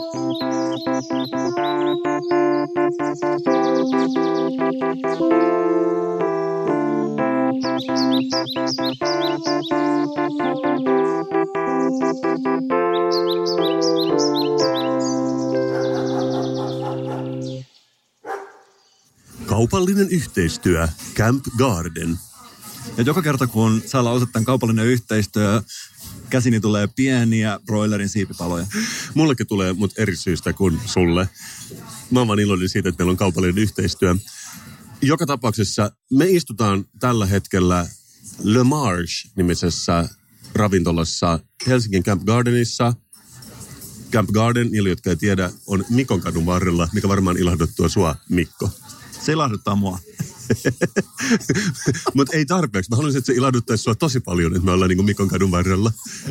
Kaupallinen yhteistyö Camp Garden. Ja joka kerta, kun sä lausut tämän kaupallinen yhteistyö, käsini tulee pieniä broilerin siipipaloja. Mullekin tulee, mutta eri syystä kuin sulle. Mä oon vaan iloinen siitä, että meillä on kaupallinen yhteistyö. Joka tapauksessa me istutaan tällä hetkellä Le Marche-nimisessä ravintolassa Helsingin Camp Gardenissa. Camp Garden, niille jotka ei tiedä, on Mikonkadun varrella, mikä varmaan ilahduttua sua, Mikko. Se ilahduttaa mua. Mutta ei tarpeeksi. Mä haluaisin, että se ilahduttaisi sua tosi paljon, että me ollaan niin kuin Mikonkadun varrella.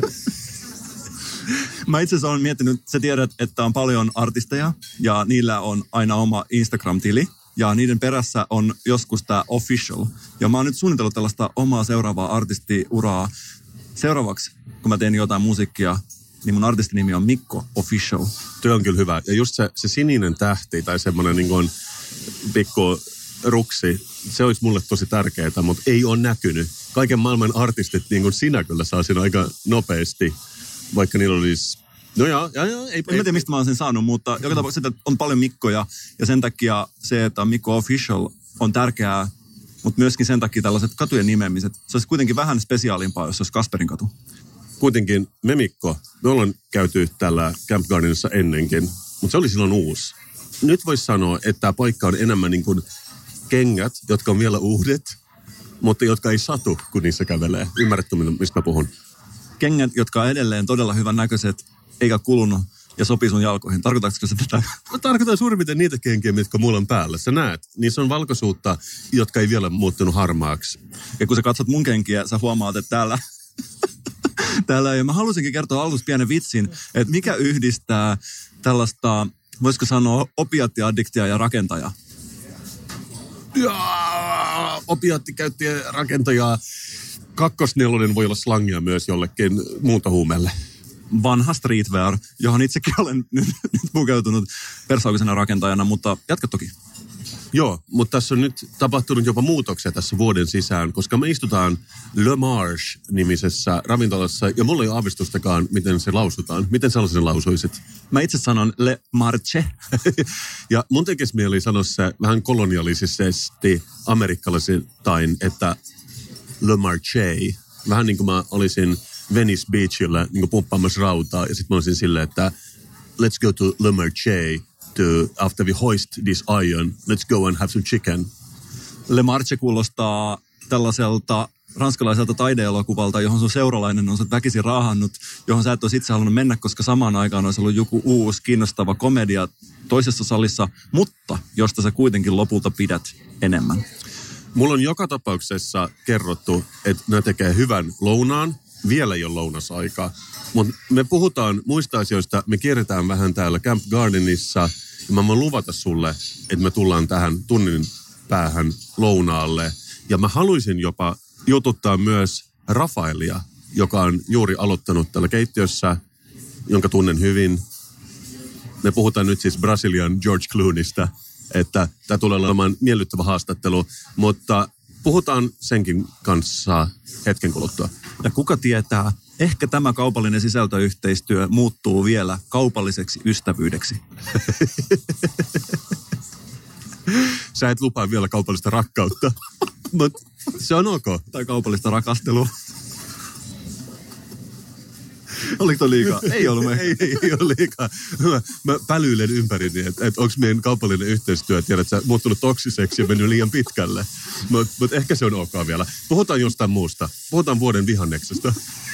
Mä itse asiassa olen miettinyt, sä tiedät, että on paljon artisteja ja niillä on aina oma Instagram-tili. Ja niiden perässä on joskus tämä official. Ja mä oon nyt suunnitellut tällaista omaa seuraavaa artistiuraa. Seuraavaksi, kun mä teen jotain musiikkia, niin mun artistinimi on Mikko Official. Tuo on kyllä hyvä. Ja just se sininen tähti tai semmoinen niin kuin pikku ruksi, se olisi mulle tosi tärkeää, mutta ei ole näkynyt. Kaiken maailman artistit, niin kuin sinä kyllä saa sen aika nopeasti, vaikka niillä olisi... No joo, en tiedä, mistä mä oon sen saanut, mutta joka tapauksessa on paljon Mikkoja ja sen takia se, että on Mikko Official on tärkeää, mutta myöskin sen takia tällaiset katujen nimeämiset. Se olisi kuitenkin vähän spesiaalimpaa, jos se olisi Kasperin katu. Kuitenkin me Mikko, me ollaan käyty tällä Camp Gardenissa ennenkin, mutta se oli silloin uusi. Nyt voisi sanoa, että tämä paikka on enemmän niin kuin kengät, jotka on vielä uudet, mutta jotka ei satu, kun niissä kävelee. Ymmärrätkö, mistä mä puhun? Kengät, jotka on edelleen todella hyvän näköiset, eikä kulunut ja sopii sun jalkoihin. Tarkoitatko se tätä? Mä tarkoitan suurin piirtein niitä kenkiä, mitkä mulla on päällä. Sä näet, niissä on valkoisuutta, jotka ei vielä muuttunut harmaaksi. Ja kun sä katsot mun kenkiä, sä huomaat, että täällä ja mä halusinkin kertoa alussa pienen vitsin, että mikä yhdistää tällaista, voisiko sanoa, opiaattiaddiktia ja rakentajaa? Opiaattikäyttäjä rakentajaa. Kakkosnelonen voi olla slangia myös jollekin muuntohuumeelle. Vanha streetwear, johon itsekin olen nyt pukeutunut persoonisena rakentajana, mutta jatka toki. Joo, mutta tässä on nyt tapahtunut jopa muutoksia tässä vuoden sisään, koska me istutaan Le Marche-nimisessä ravintolassa, ja mulla ei ole aavistustakaan, miten se lausutaan. Miten sä sen lausuisit? Mä itse sanon Le Marche. Ja mun tekisi mieli sanoa se vähän kolonialisesti amerikkalaisittain, että Le Marche. Vähän niin kuin mä olisin Venice Beachillä niin kuin pumppaamassa rautaa, ja sitten mä olisin silleen, että let's go to Le Marche. After we hoist this iron, let's go and have some chicken. Le Marche kuulostaa tällaiselta ranskalaiselta taideelokuvalta, johon sun seuralainen on sut väkisin raahannut, johon sä et olisi itse halunnut mennä, koska samaan aikaan olisi ollut joku uusi kiinnostava komedia toisessa salissa, mutta josta sä kuitenkin lopulta pidät enemmän. Mulla on joka tapauksessa kerrottu, että ne tekee hyvän lounaan. Vielä ei ole lounasaikaa. Mutta me puhutaan muista asioista, me kierretään vähän täällä Camp Gardenissa. Ja mä voin luvata sulle, että me tullaan tähän tunnin päähän lounaalle. Ja mä haluaisin jopa jututtaa myös Rafaelia, joka on juuri aloittanut täällä keittiössä, jonka tunnen hyvin. Me puhutaan nyt siis Brasilian George Clooneysta, että tämä tulee olemaan miellyttävä haastattelu. Mutta puhutaan senkin kanssa hetken kuluttua. Ja kuka tietää, ehkä tämä kaupallinen sisältöyhteistyö muuttuu vielä kaupalliseksi ystävyydeksi. Sä et lupaa vielä kaupallista rakkautta, mutta se on ok. Tai kaupallista rakastelua. Oliko toi liikaa? Ei ollut me. Ei ole liikaa. Mä pälyilen ympärini, että onko meidän kaupallinen yhteistyö, tiedät sä, muuttunut toksiseksi ja mennyt liian pitkälle. Mutta ehkä se on ok vielä. Puhutaan jostain muusta. Puhutaan vuoden vihanneksesta.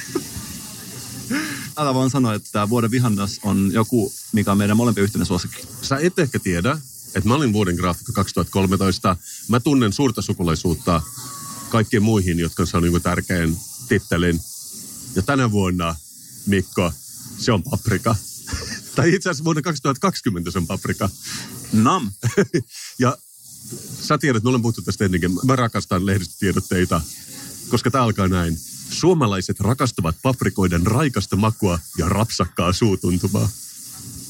Älä vaan sanoa, että tämä vuoden vihannes on joku, mikä on meidän molempien yhteinen suosikki. Sä et ehkä tiedä, että mä olin vuoden graafikko 2013. Mä tunnen suurta sukulaisuutta kaikkien muihin, jotka on saanut jonkun tärkeän tittelin. Ja tänä vuonna, Mikko, se on paprika. Tai itse asiassa vuonna 2020 se on paprika. Nam. Ja sä tiedät, me ollaan puhuttu tästä ennenkin. Mä rakastan lehdistötiedotteita, koska tää alkaa näin. Suomalaiset rakastavat paprikoiden raikasta makua ja rapsakkaa suutuntumaa.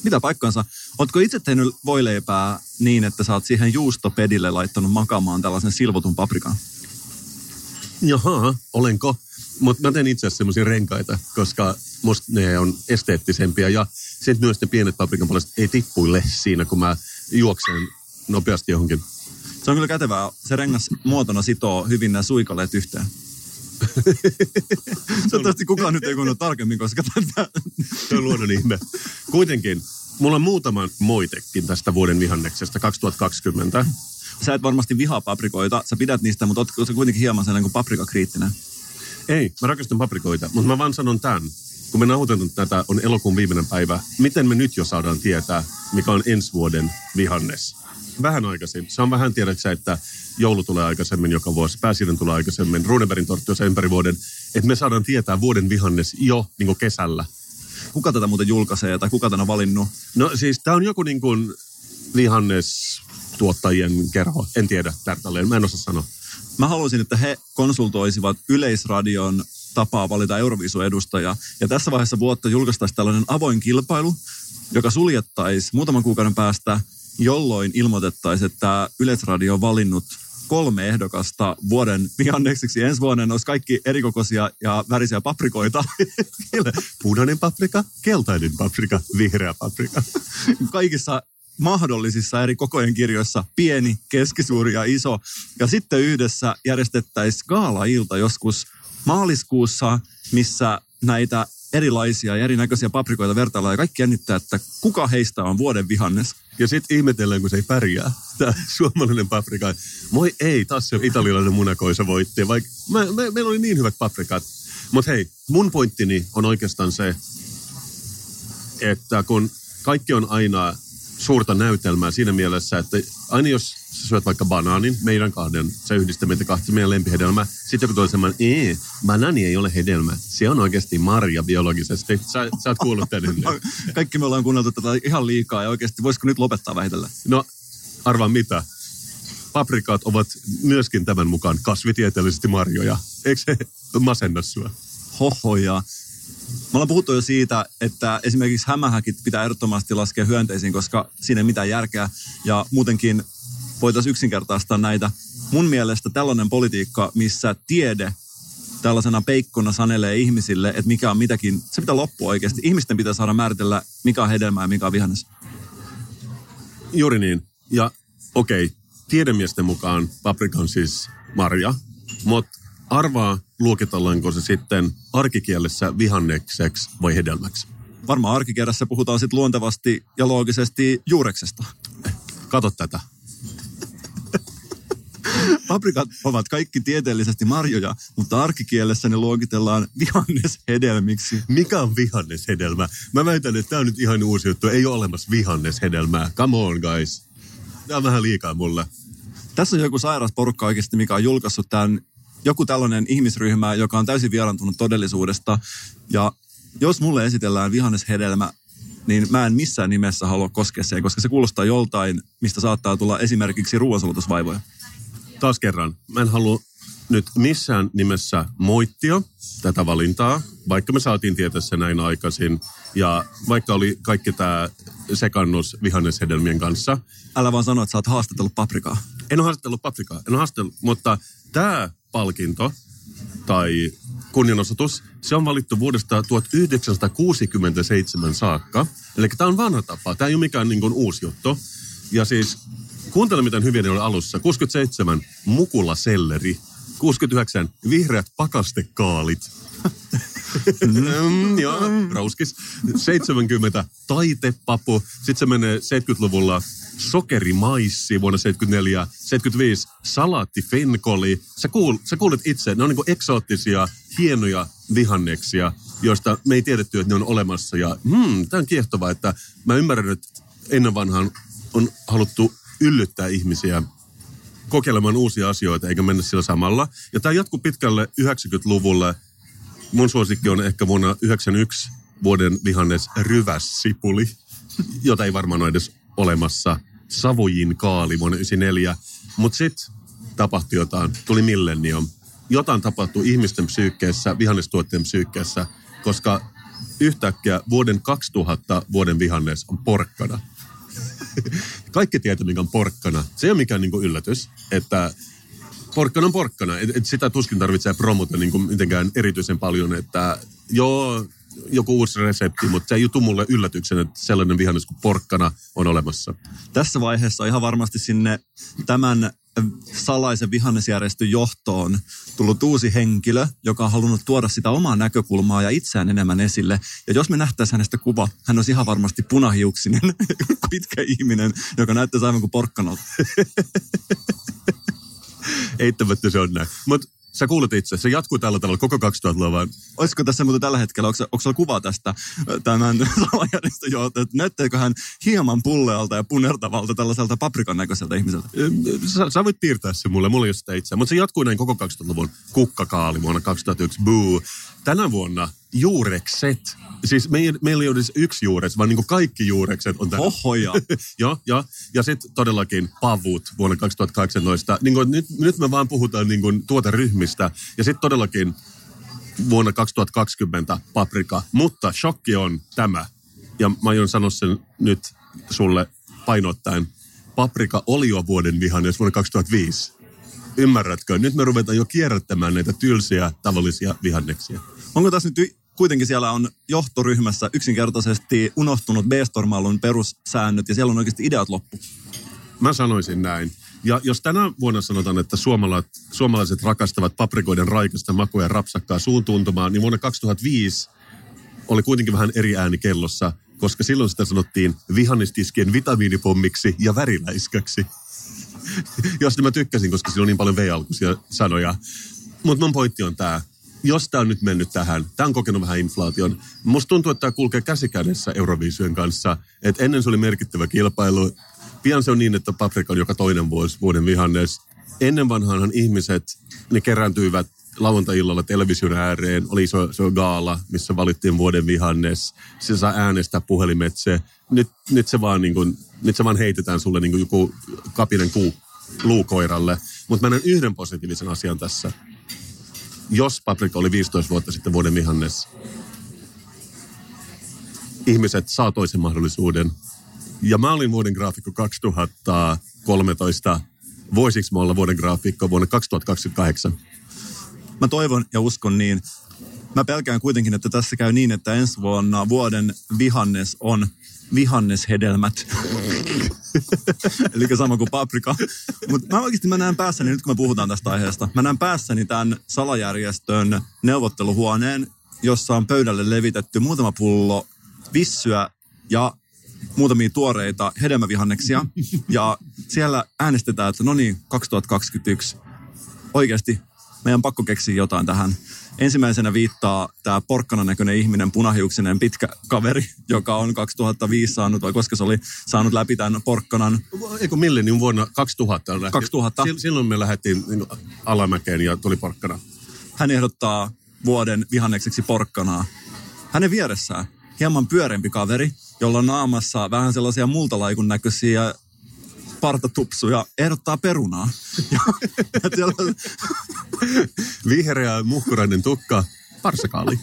Mitä paikkansa? Ootko itse tehnyt voileipää niin, että sä oot siihen juustopedille laittanut makaamaan tällaisen silvotun paprikan? Jaha, olenko? Mutta mä teen itse asiassa semmoisia renkaita, koska musta ne on esteettisempiä. Ja sitten myös ne pienet paprikan palaset ei tippuille siinä, kun mä juoksen nopeasti johonkin. Se on kyllä kätevää. Se rengas muotona sitoo hyvin nämä suikaleet yhteen. Toivottavasti kukaan nyt ei kuunnut tarkemmin, koska tätä... Se on luonnon ihme. Kuitenkin, mulla on muutama moitekin tästä vuoden vihanneksesta 2020. Sä et varmasti vihaa paprikoita, sä pidät niistä, mutta ootko sä kuitenkin hieman sellainen kuin paprikakriittinen? Ei, mä rakastan paprikoita, mutta mä vaan sanon tämän. Kun me nauhoitan tätä, on elokuun viimeinen päivä. Miten me nyt jo saadaan tietää, mikä on ensi vuoden vihannes? Vähän aikaisin. Se on vähän, tiedätkö että joulu tulee aikaisemmin joka vuosi, pääsiäinen tulee aikaisemmin, Runebergin tortti on se ympäri vuoden. Että me saadaan tietää vuoden vihannes jo niin kuin kesällä. Kuka tätä muuten julkaisee tai kuka tämän on valinnut? No siis tää on joku niin kuin vihannestuottajien kerho. En tiedä tarkalleen, mä en osaa sanoa. Mä haluaisin, että he konsultoisivat Yleisradion tapaa valita Euroviisu-edustaja. Ja tässä vaiheessa vuotta julkaistaisiin tällainen avoin kilpailu, joka suljettaisiin muutaman kuukauden päästä, jolloin ilmoitettaisiin, että Yleisradio on valinnut 3 ehdokasta vuoden vihanneksiksi. Ensi vuoden olisi kaikki erikokoisia ja värisiä paprikoita. Punainen paprika, keltainen paprika, vihreä paprika. Kaikissa mahdollisissa eri kokojen kirjoissa, pieni, keskisuuri ja iso. Ja sitten yhdessä järjestettäisiin gaala-ilta joskus maaliskuussa, missä näitä erilaisia ja erinäköisiä paprikoita vertaillaan ja kaikki jännittää, että kuka heistä on vuoden vihannes. Ja sitten ihmetellään, kun se ei pärjää. Tämä suomalainen paprika. Moi ei, taas se italialainen munakoisa voitti. Vaikka meillä oli niin hyvät paprikat. Mutta hei, mun pointtini on oikeastaan se, että kun kaikki on aina suurta näytelmää siinä mielessä, että aina jos sä syöt vaikka banaanin, meidän kahden, sä yhdistät meitä kahta, meidän lempihedelmä, sitten joku tulee semmoinen, banaani ei ole hedelmä, se on oikeasti marja biologisesti. Sä oot kuullut tän ennen. Kaikki me ollaan kuunneltu tätä ihan liikaa ja oikeasti voisiko nyt lopettaa vähitellen? No, arvaa mitä. Paprikaat ovat myöskin tämän mukaan kasvitieteellisesti marjoja. Eikö se masenna sua? Hohoja. Me ollaan puhuttu jo siitä, että esimerkiksi hämähäkit pitää ehdottomasti laskea hyönteisiin, koska siinä ei mitään järkeä. Ja muutenkin voitaisiin yksinkertaistaa näitä. Mun mielestä tällainen politiikka, missä tiede tällaisena peikkona sanelee ihmisille, että mikä on mitäkin, se pitää loppua oikeasti. Ihmisten pitää saada määritellä, mikä on hedelmää ja mikä on vihannes. Juuri niin. Ja okei, tiedemiesten mukaan paprika on siis marja, mutta arvaa, luokitellaanko se sitten arkikielessä vihannekseksi vai hedelmäksi? Varmaan arkikielessä puhutaan sitten luontevasti ja loogisesti juureksesta. Kato tätä. Paprikat ovat kaikki tieteellisesti marjoja, mutta arkikielessä ne luokitellaan vihanneshedelmiksi. Mikä on vihanneshedelmä? Mä väitän, että tää on nyt ihan uusi juttu. Ei ole olemassa vihanneshedelmää. Come on, guys. Tää on vähän liikaa mulle. Tässä on joku sairas porukka oikeasti, mikä on julkaissut tämän. Joku tällainen ihmisryhmä, joka on täysin vierantunut todellisuudesta. Ja jos mulle esitellään vihanneshedelmä, niin mä en missään nimessä halua koskea siihen, koska se kuulostaa joltain, mistä saattaa tulla esimerkiksi ruoansulutusvaivoja. Taas kerran, mä en halua nyt missään nimessä moittia tätä valintaa, vaikka me saatiin tietää se näin aikaisin. Ja vaikka oli kaikki tämä sekannus vihanneshedelmien kanssa. Älä vaan sano, että sä oot haastatellut paprikaa. En ole haastatellut, mutta tämä palkinto tai kunnianosoitus, se on valittu vuodesta 1967 saakka. Eli tämä on vanha tapa. Tämä ei ole mikään niin kuin uusi juttu. Ja siis kuuntele, miten hyviä ne oli alussa. 67 mukulaselleri. 69 vihreät pakastekaalit. Joo, rauskis. 70 taitepapu. Sitten se menee 70-luvulla sokerimaissi vuonna 74. 75 salaattifenkoli. Sä kuulet itse, ne on niinku eksoottisia, hienoja vihanneksia, joista me ei tiedetty, että ne on olemassa. Ja tää on kiehtovaa, että mä ymmärrän, että ennen vanhaan on haluttu yllyttää ihmisiä kokeilemaan uusia asioita, eikä mennä sillä samalla. Ja tämä jatkuu pitkälle 90-luvulle. Mun suosikki on ehkä vuonna 91 vuoden vihannes ryvässipuli, jota ei varmaan ole edes olemassa. Savojin kaali vuonna 94. Mutta sitten tapahtui jotain, tuli millennium. Jotain tapahtui ihmisten psyykkeessä, vihannestuotteen psyykkeessä, koska yhtäkkiä vuoden 2000 vuoden vihannes on porkkana. Kaikki tietää, mikä on porkkana. Se ei ole mikään niin kuin yllätys, että porkkana on porkkana. Et sitä tuskin tarvitsee promota niin kuin mitenkään erityisen paljon, että joo, joku uusi resepti, mutta se ei jutu mulle yllätyksen, että sellainen vihannes kuin porkkana on olemassa. Tässä vaiheessa ihan varmasti sinne tämän salaisen vihannesjärjestön johtoon tullut uusi henkilö, joka on halunnut tuoda sitä omaa näkökulmaa ja itseään enemmän esille. Ja jos me nähtäisiin hänestä kuva, hän olisi ihan varmasti punahiuksinen, pitkä ihminen, joka näyttäisi aivan kuin porkkanalta. Eittämättä se on näin. Mutta sä kuulet itse, se jatkuu tällä tavalla koko 2000-luvulla vaan. Olisiko tässä muuten tällä hetkellä, onko sulla kuva tästä tämän salajärjestön johtajalta, että näyttääkö hän hieman pullealta ja punertavalta tällaiselta paprikan näköiseltä ihmiseltä? Sä voit piirtää se mulle ei ole sitä itse. Mutta se jatkuu näin koko 2000-luvun kukkakaali vuonna 2001. Boo. Tänä vuonna juurekset. Siis meillä ei ole yksi juures, vaan niin kuin kaikki juurekset on tänä. Ohoja. Joo. Ja sitten todellakin pavut vuonna 2018. Niin kuin nyt me vaan puhutaan niin kuin tuoteryhmistä. Ja sitten todellakin vuonna 2020 paprika. Mutta shokki on tämä. Ja mä aion sanoa sen nyt sulle painottaen. Paprika oli jo vuoden vihannes vuonna 2005. Ymmärrätkö? Nyt me ruvetaan jo kierrättämään näitä tylsiä tavallisia vihanneksia. Onko tässä nyt kuitenkin siellä on johtoryhmässä yksinkertaisesti unohtunut B-Stormailun perussäännöt ja siellä on oikeasti ideat loppu? Mä sanoisin näin. Ja jos tänä vuonna sanotaan, että suomalaiset rakastavat paprikoiden raikasta makua ja rapsakkaa suuntuntumaa, niin vuonna 2005 oli kuitenkin vähän eri ääni kellossa, koska silloin sitä sanottiin vihannistiskien vitamiinipommiksi ja väriläiskäksi. Jos mä tykkäsin, koska siinä on niin paljon V-alkuisia sanoja. Mutta mun pointti on tää. Jos tää on nyt mennyt tähän, tää on kokenut vähän inflaation. Musta tuntuu, että tää kulkee käsikädessä Euroviisujen kanssa. Että ennen se oli merkittävä kilpailu. Pian se on niin, että paprika on joka toinen vuoden vihannes. Ennen vanhaanhan ihmiset, ne kerääntyivät lauantai-illalla television ääreen. Oli iso gaala, missä valittiin vuoden vihannes. Se saa äänestää puhelimetse. Nyt se vaan heitetään sulle niin kuin joku kapinen luukoiralle. Mutta mä näen yhden positiivisen asian tässä. Jos paprika oli 15 vuotta sitten vuoden vihannes, ihmiset saa toisen mahdollisuuden. Ja mä olin vuoden graafikko 2013. Voisiko mä olla vuoden graafikko vuonna 2028? Mä toivon ja uskon niin. Mä pelkään kuitenkin, että tässä käy niin, että ensi vuonna vuoden vihannes on vihanneshedelmät. Eli sama kuin paprika. Mutta mä näen päässäni, nyt kun me puhutaan tästä aiheesta, mä näen päässäni tämän salajärjestön neuvotteluhuoneen, jossa on pöydälle levitetty muutama pullo vissyä ja muutamia tuoreita hedelmävihanneksia. Ja siellä äänestetään, että no niin, 2021. Oikeasti meidän pakko keksiä jotain tähän. Ensimmäisenä viittaa tämä porkkanan näköinen ihminen, punahiuksinen pitkä kaveri, joka on 2005 saanut, vai koska se oli saanut läpi tämän porkkanan. Eikö millennium vuonna 2000? 2000. Silloin me lähdettiin alamäkeen ja tuli porkkana. Hän ehdottaa vuoden vihannekseksi porkkanaa. Hänen vieressään hieman pyörempi kaveri, jolla on naamassa vähän sellaisia multalaikun näköisiä partatupsuja, ehdottaa perunaa. Vihreä muhkurainen tukka, parsakaali.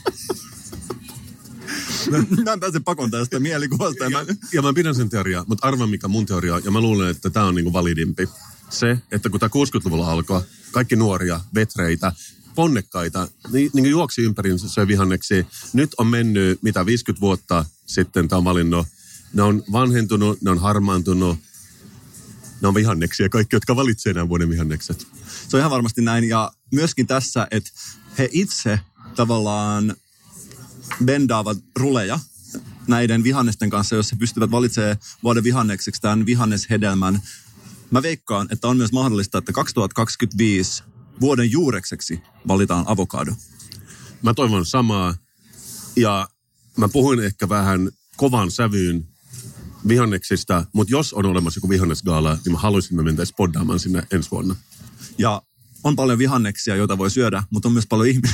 Mä en pääse pakon tästä mielikuvasta. Ja mä pidän sen teoriaa, mutta arvaa mikä mun teoria, ja mä luulen, että tää on niinku validimpi. Se, että kun tää 60-luvulla alkoi, kaikki nuoria, vetreitä, ponnekkaita, niin juoksi ympäri söi vihanneksi. Nyt on mennyt, 50 vuotta sitten tää on valinnut. Ne on vanhentunut, ne on harmaantunut. Ne on vihanneksia, kaikki, jotka valitsee nämä vuoden vihannekset. Se on ihan varmasti näin. Ja myöskin tässä, että he itse tavallaan bendaavat ruleja näiden vihannesten kanssa, jos he pystyvät valitsemaan vuoden vihannekseksi tämän vihanneshedelmän. Mä veikkaan, että on myös mahdollista, että 2025 vuoden juurekseksi valitaan avokado. Mä toivon samaa. Ja mä puhuin ehkä vähän kovan sävyyn vihanneksista, mutta jos on olemassa joku vihannesgaala, niin mä haluaisin, että me mentäisiin poddaamaan sinne ensi vuonna. Ja on paljon vihanneksia, joita voi syödä, mutta on myös paljon ihmisiä.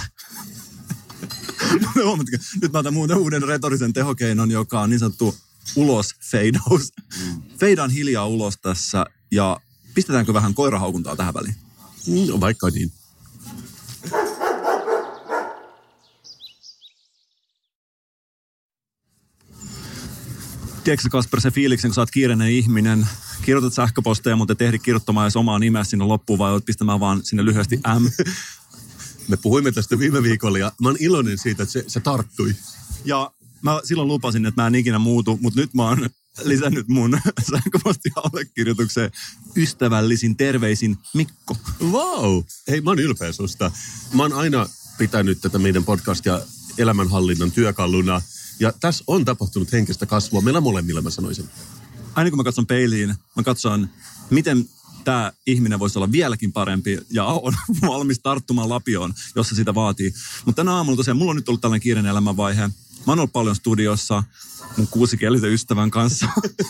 Nyt mä otan muuten uuden retorisen tehokeinon, joka on niin sanottu ulosfeidaus. Feidaan hiljaa ulos tässä ja pistetäänkö vähän koirahaukuntaa tähän väliin? No, vaikka niin. Tiedätkö Kasper se fiiliksen, kun sä oot kiireinen ihminen, kirjoitat sähköposteja, mutta et ehdi kirjoittamaan edes omaa nimeä sinne loppuun, vai oot pistämään vaan sinne lyhyesti M. Me puhuimme tästä viime viikolla ja mä oon iloinen siitä, että se tarttui. Ja mä silloin lupasin, että mä en ikinä muutu, mutta nyt mä oon lisännyt mun sähköposti-allekirjoitukseen ystävällisin terveisin Mikko. Wow! Hei, mä oon ylpeä susta. Mä oon aina pitänyt tätä meidän podcastia elämänhallinnan työkaluna. Ja tässä on tapahtunut henkistä kasvua. Meillä molemmilla, mä sanoisin. Aina kun mä katson peiliin, mä katson, miten tämä ihminen voisi olla vieläkin parempi ja on valmis tarttumaan lapioon, jos se sitä vaatii. Mutta tänä aamulla tosiaan, mulla on nyt ollut tällainen kiireinen elämänvaihe. Mä oon ollut paljon studiossa mun kuusikielisen ystävän kanssa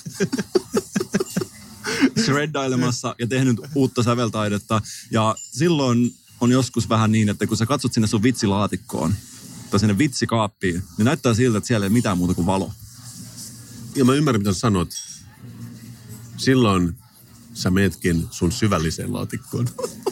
shreddailemassa ja tehnyt uutta säveltaidetta. Ja silloin on joskus vähän niin, että kun sä katsot sinne sun vitsilaatikkoon tai sinne vitsikaappiin, niin näyttää siltä, että siellä ei ole mitään muuta kuin valo. Ja mä ymmärrän, mitä sä sanot. Silloin sä meetkin sun syvälliseen laatikkoon.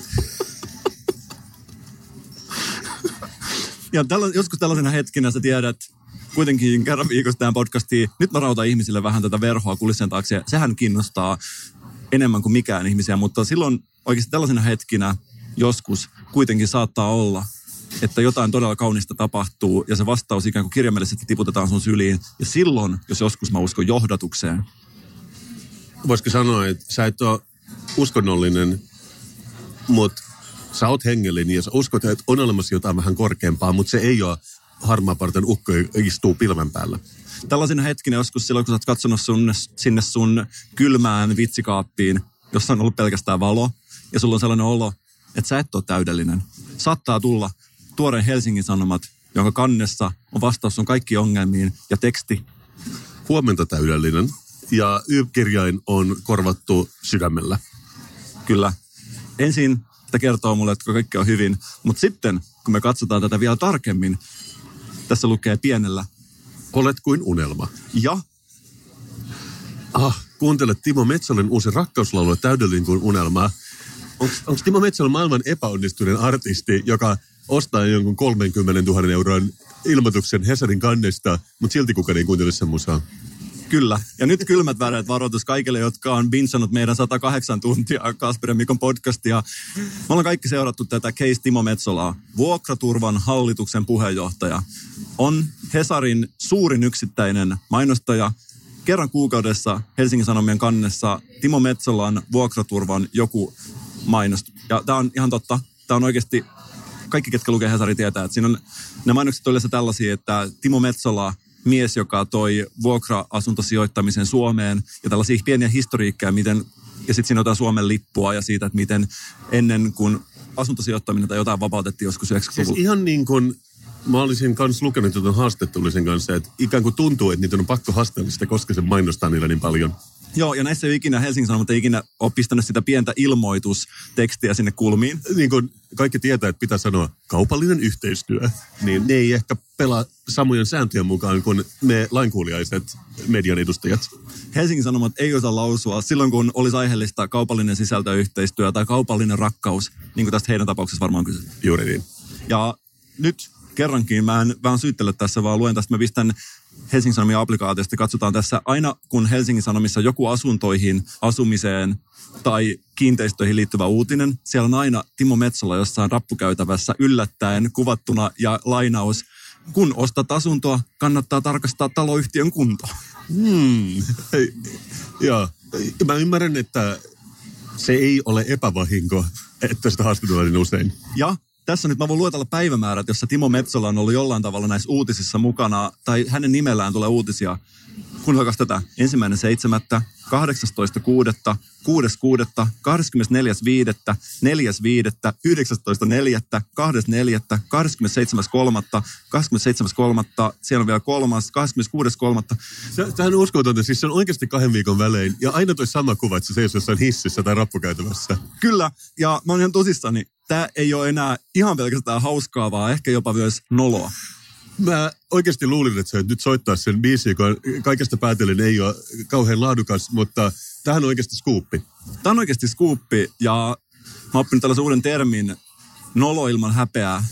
Ja joskus tällaisena hetkinä sä tiedät, kuitenkin kerran viikossa tähän podcastiin, nyt mä rautan ihmisille vähän tätä verhoa kulissien taakse. Sehän kiinnostaa enemmän kuin mikään ihmisiä, mutta silloin oikeasti tällaisena hetkinä joskus kuitenkin saattaa olla, että jotain todella kaunista tapahtuu ja se vastaus ikään kuin kirjaimellisesti tiputetaan sun syliin. Ja silloin, jos joskus mä uskon johdatukseen. Voisiko sanoa, että sä et ole uskonnollinen, mutta sä oot hengellinen ja sä uskot, että on olemassa jotain vähän korkeampaa, mutta se ei ole harmaaparten ukko, joka istuu pilven päällä. Tällaisena hetkinä joskus silloin, kun sä oot katsonut sinne sun kylmään vitsikaappiin, jossa on ollut pelkästään valo, ja sulla on sellainen olo, että sä et ole täydellinen. Saattaa tulla tuoreen Helsingin Sanomat, jonka kannessa on vastaus sun kaikkiin ongelmiin ja teksti. Huomenta täydellinen. Ja Y-kirjain on korvattu sydämellä. Kyllä. Ensin tämä kertoo mulle, että kaikki on hyvin, mutta sitten, kun me katsotaan tätä vielä tarkemmin, tässä lukee pienellä. Olet kuin unelma. Ja? Kuuntele Timo Metsolan uusi rakkauslaulu Täydellinen kuin unelma. Onko Timo Metsola maailman epäonnistuneen artisti, joka ostaa jonkun 30 000 euron ilmoituksen Hesarin kannesta, mutta silti kukaan ei kuuntele sen musaa? Kyllä. Ja nyt kylmät väreet varoitus kaikille, jotka on binsannut meidän 108 tuntia Kasper ja Mikon podcastia. Me ollaan kaikki seurattu tätä case Timo Metsolaa. Vuokraturvan hallituksen puheenjohtaja. On Hesarin suurin yksittäinen mainostaja. Kerran kuukaudessa Helsingin Sanomien kannessa Timo Metsolan vuokraturvan joku mainos. Ja tämä on ihan totta. Tämä on oikeasti, kaikki ketkä lukee Hesari tietää, että siinä on, ne mainokset on yleensä tällaisia, että Timo Metsola, mies, joka toi vuokra-asuntosijoittamisen Suomeen ja tällaisia pieniä historiikkeja, miten, ja sitten siinä on jotain Suomen lippua ja siitä, että miten ennen kuin asuntosijoittaminen tai jotain vapautettiin joskus 90-luvulla. Siis ihan niin kuin mä olisin kanssa lukenut jotain haastattelullisen kanssa, että ikään kuin tuntuu, että niitä on pakko haastatella sitä, koska se mainostaa niillä niin paljon. Joo, ja näissä ei ikinä Helsingin Sanomat ei ikinä ole pistänyt sitä pientä ilmoitustekstiä sinne kulmiin. Niin kuin kaikki tietää, että pitää sanoa kaupallinen yhteistyö, niin ne ei ehkä pelaa samojen sääntöjen mukaan kuin me lainkuuliaiset median edustajat. Helsingin Sanomat ei osaa lausua silloin, kun olisi aiheellista kaupallinen sisältöyhteistyö tai kaupallinen rakkaus, niin kuin tästä heidän tapauksessa varmaan kyse. Juuri niin. Ja nyt kerrankin, mä en vähän syyttele tässä, vaan luen tästä, mä pistän Helsingin Sanomien applikaatiosta, katsotaan tässä aina, kun Helsingin Sanomissa joku asuntoihin, asumiseen tai kiinteistöihin liittyvä uutinen, siellä on aina Timo Metsola jossain rappukäytävässä yllättäen kuvattuna ja lainaus, kun ostat asuntoa, kannattaa tarkastaa taloyhtiön kunto. Joo, mä ymmärrän, että se ei ole epävahinko, että sitä haastatellaan niin usein. Ja tässä nyt mä voin luetella päivämäärät, jossa Timo Metsola on ollut jollain tavalla näissä uutisissa mukana, tai hänen nimellään tulee uutisia. Kuunnelkaas tätä. 1.7., 18.6., 6.6., 24.5., 4.5., 19.4., 2.4., 27.3., 27.3., siellä on vielä 3., 26.3. Tämähän on uskomatonta. Siis se on oikeasti 2 viikon välein. Ja aina toi sama kuva, että se seisoo jossain hississä tai rappukäytävässä. Kyllä. Ja mä oon ihan tosissani. Tämä ei ole enää ihan pelkästään hauskaa, vaan ehkä jopa myös noloa. Mä oikeasti luulin, että sä nyt soittaa sen biisi, joka kaikesta päätellen ei ole kauhean laadukas, mutta tämähän on oikeasti skuuppi. Tämä on oikeasti skuuppi ja mä oon oppinut tällaisen uuden termin nolo ilman häpeää,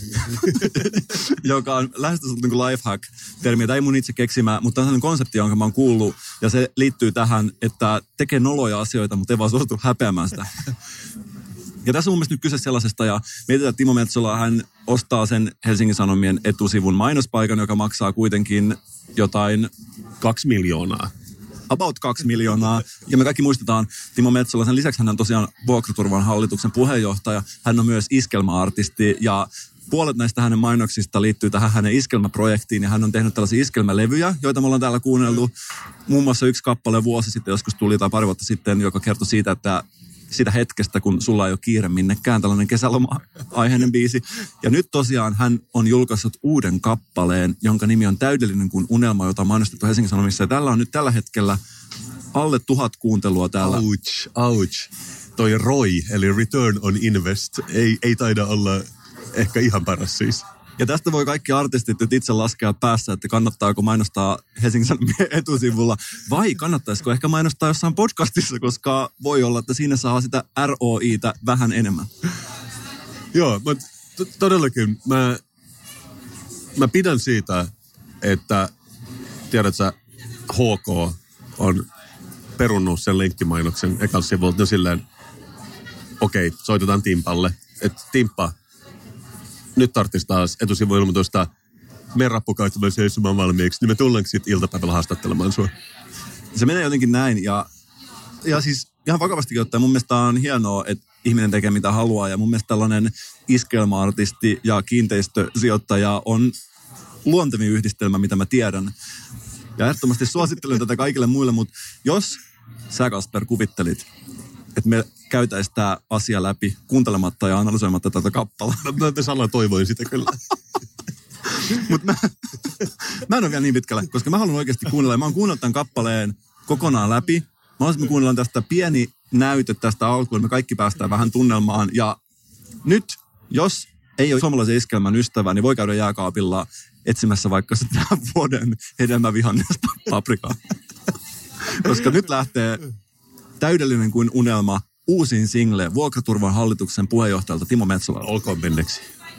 joka on lähestulkoon niin kuin lifehack-termi. Tämä ei mun itse keksimää, mutta on sellainen konsepti, jonka mä oon kuullut. Ja se liittyy tähän, että tekee noloja asioita, mutta ei vaan suostu häpeämään sitä. Ja tässä on mun mielestä nyt kyse sellaisesta, ja mietitään, että Timo Metsola, hän ostaa sen Helsingin Sanomien etusivun mainospaikan, joka maksaa kuitenkin jotain 2 miljoonaa. About 2 miljoonaa. Ja me kaikki muistetaan Timo Metsola. Sen lisäksi hän on tosiaan Vuokraturvan hallituksen puheenjohtaja. Hän on myös iskelmäartisti ja puolet näistä hänen mainoksista liittyy tähän hänen iskelmäprojektiin. Ja hän on tehnyt tällaisia iskelmälevyjä, joita me ollaan täällä kuunneltu. Muun muassa yksi kappale vuosi sitten joskus tuli tai pari vuotta sitten, joka kertoi siitä, että sitä hetkestä, kun sulla ei ole kiire minnekään, tällainen kesäloma-aiheinen biisi. Ja nyt tosiaan hän on julkaissut uuden kappaleen, jonka nimi on Täydellinen kuin unelma, jota on mainostettu Helsingin Sanomissa. Ja tällä on nyt tällä hetkellä alle 1000 kuuntelua täällä. Ouch. Toi ROI, eli Return on Invest, ei taida olla ehkä ihan paras siis. Ja tästä voi kaikki artistit nyt itse laskea päässä, että kannattaako mainostaa Helsingin Sanomien etusivulla vai kannattaisiko ehkä mainostaa jossain podcastissa, koska voi olla, että siinä saa sitä ROI:tä vähän enemmän. Joo, mutta todellakin mä pidän siitä, että tiedätkö, HK on perunnut sen linkkimainoksen ekalla sivulta. No silleen, okei, soitetaan Timpalle. Että Timppa, nyt tarvitsisi taas etusivuilmoitusta. Me rappukaista seisomaan valmiiksi, niin me tullaanko sitten iltapäivällä haastattelemaan sua? Se menee jotenkin näin ja siis ihan vakavastikin ottaen mun mielestä on hienoa, että ihminen tekee mitä haluaa ja mun mielestä tällainen iskelma-artisti ja kiinteistösijoittaja on luontevin yhdistelmä, mitä mä tiedän. Ja ehdottomasti suosittelen tätä kaikille muille, mutta jos sä, Kasper, kuvittelit, että me käytäisiin tämä asia läpi kuuntelematta ja analysoimatta tätä kappalaa. Mä salaa toivoin sitä kyllä. Mutta mä en ole vielä niin pitkällä, koska mä haluan oikeasti kuunnella. Mä oon kuunnellut tämän kappaleen kokonaan läpi. Mä haluaisin kuunnella tästä pieni näyte tästä alkuun. Me kaikki päästään vähän tunnelmaan. Ja nyt, jos ei ole suomalaisen iskelmän ystävä, niin voi käydä jääkaapilla etsimässä vaikka sitä vuoden hedelmävihannesta paprikaa. Koska nyt lähtee Täydellinen kuin unelma, uusin single Vuokraturvan hallituksen puheenjohtajalta Timo Metsolalta. Olkoon menneksi.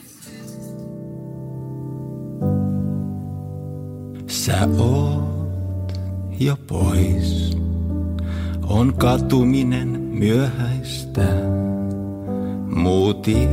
Sä oot jo pois, on katuminen myöhäistä. Muuti,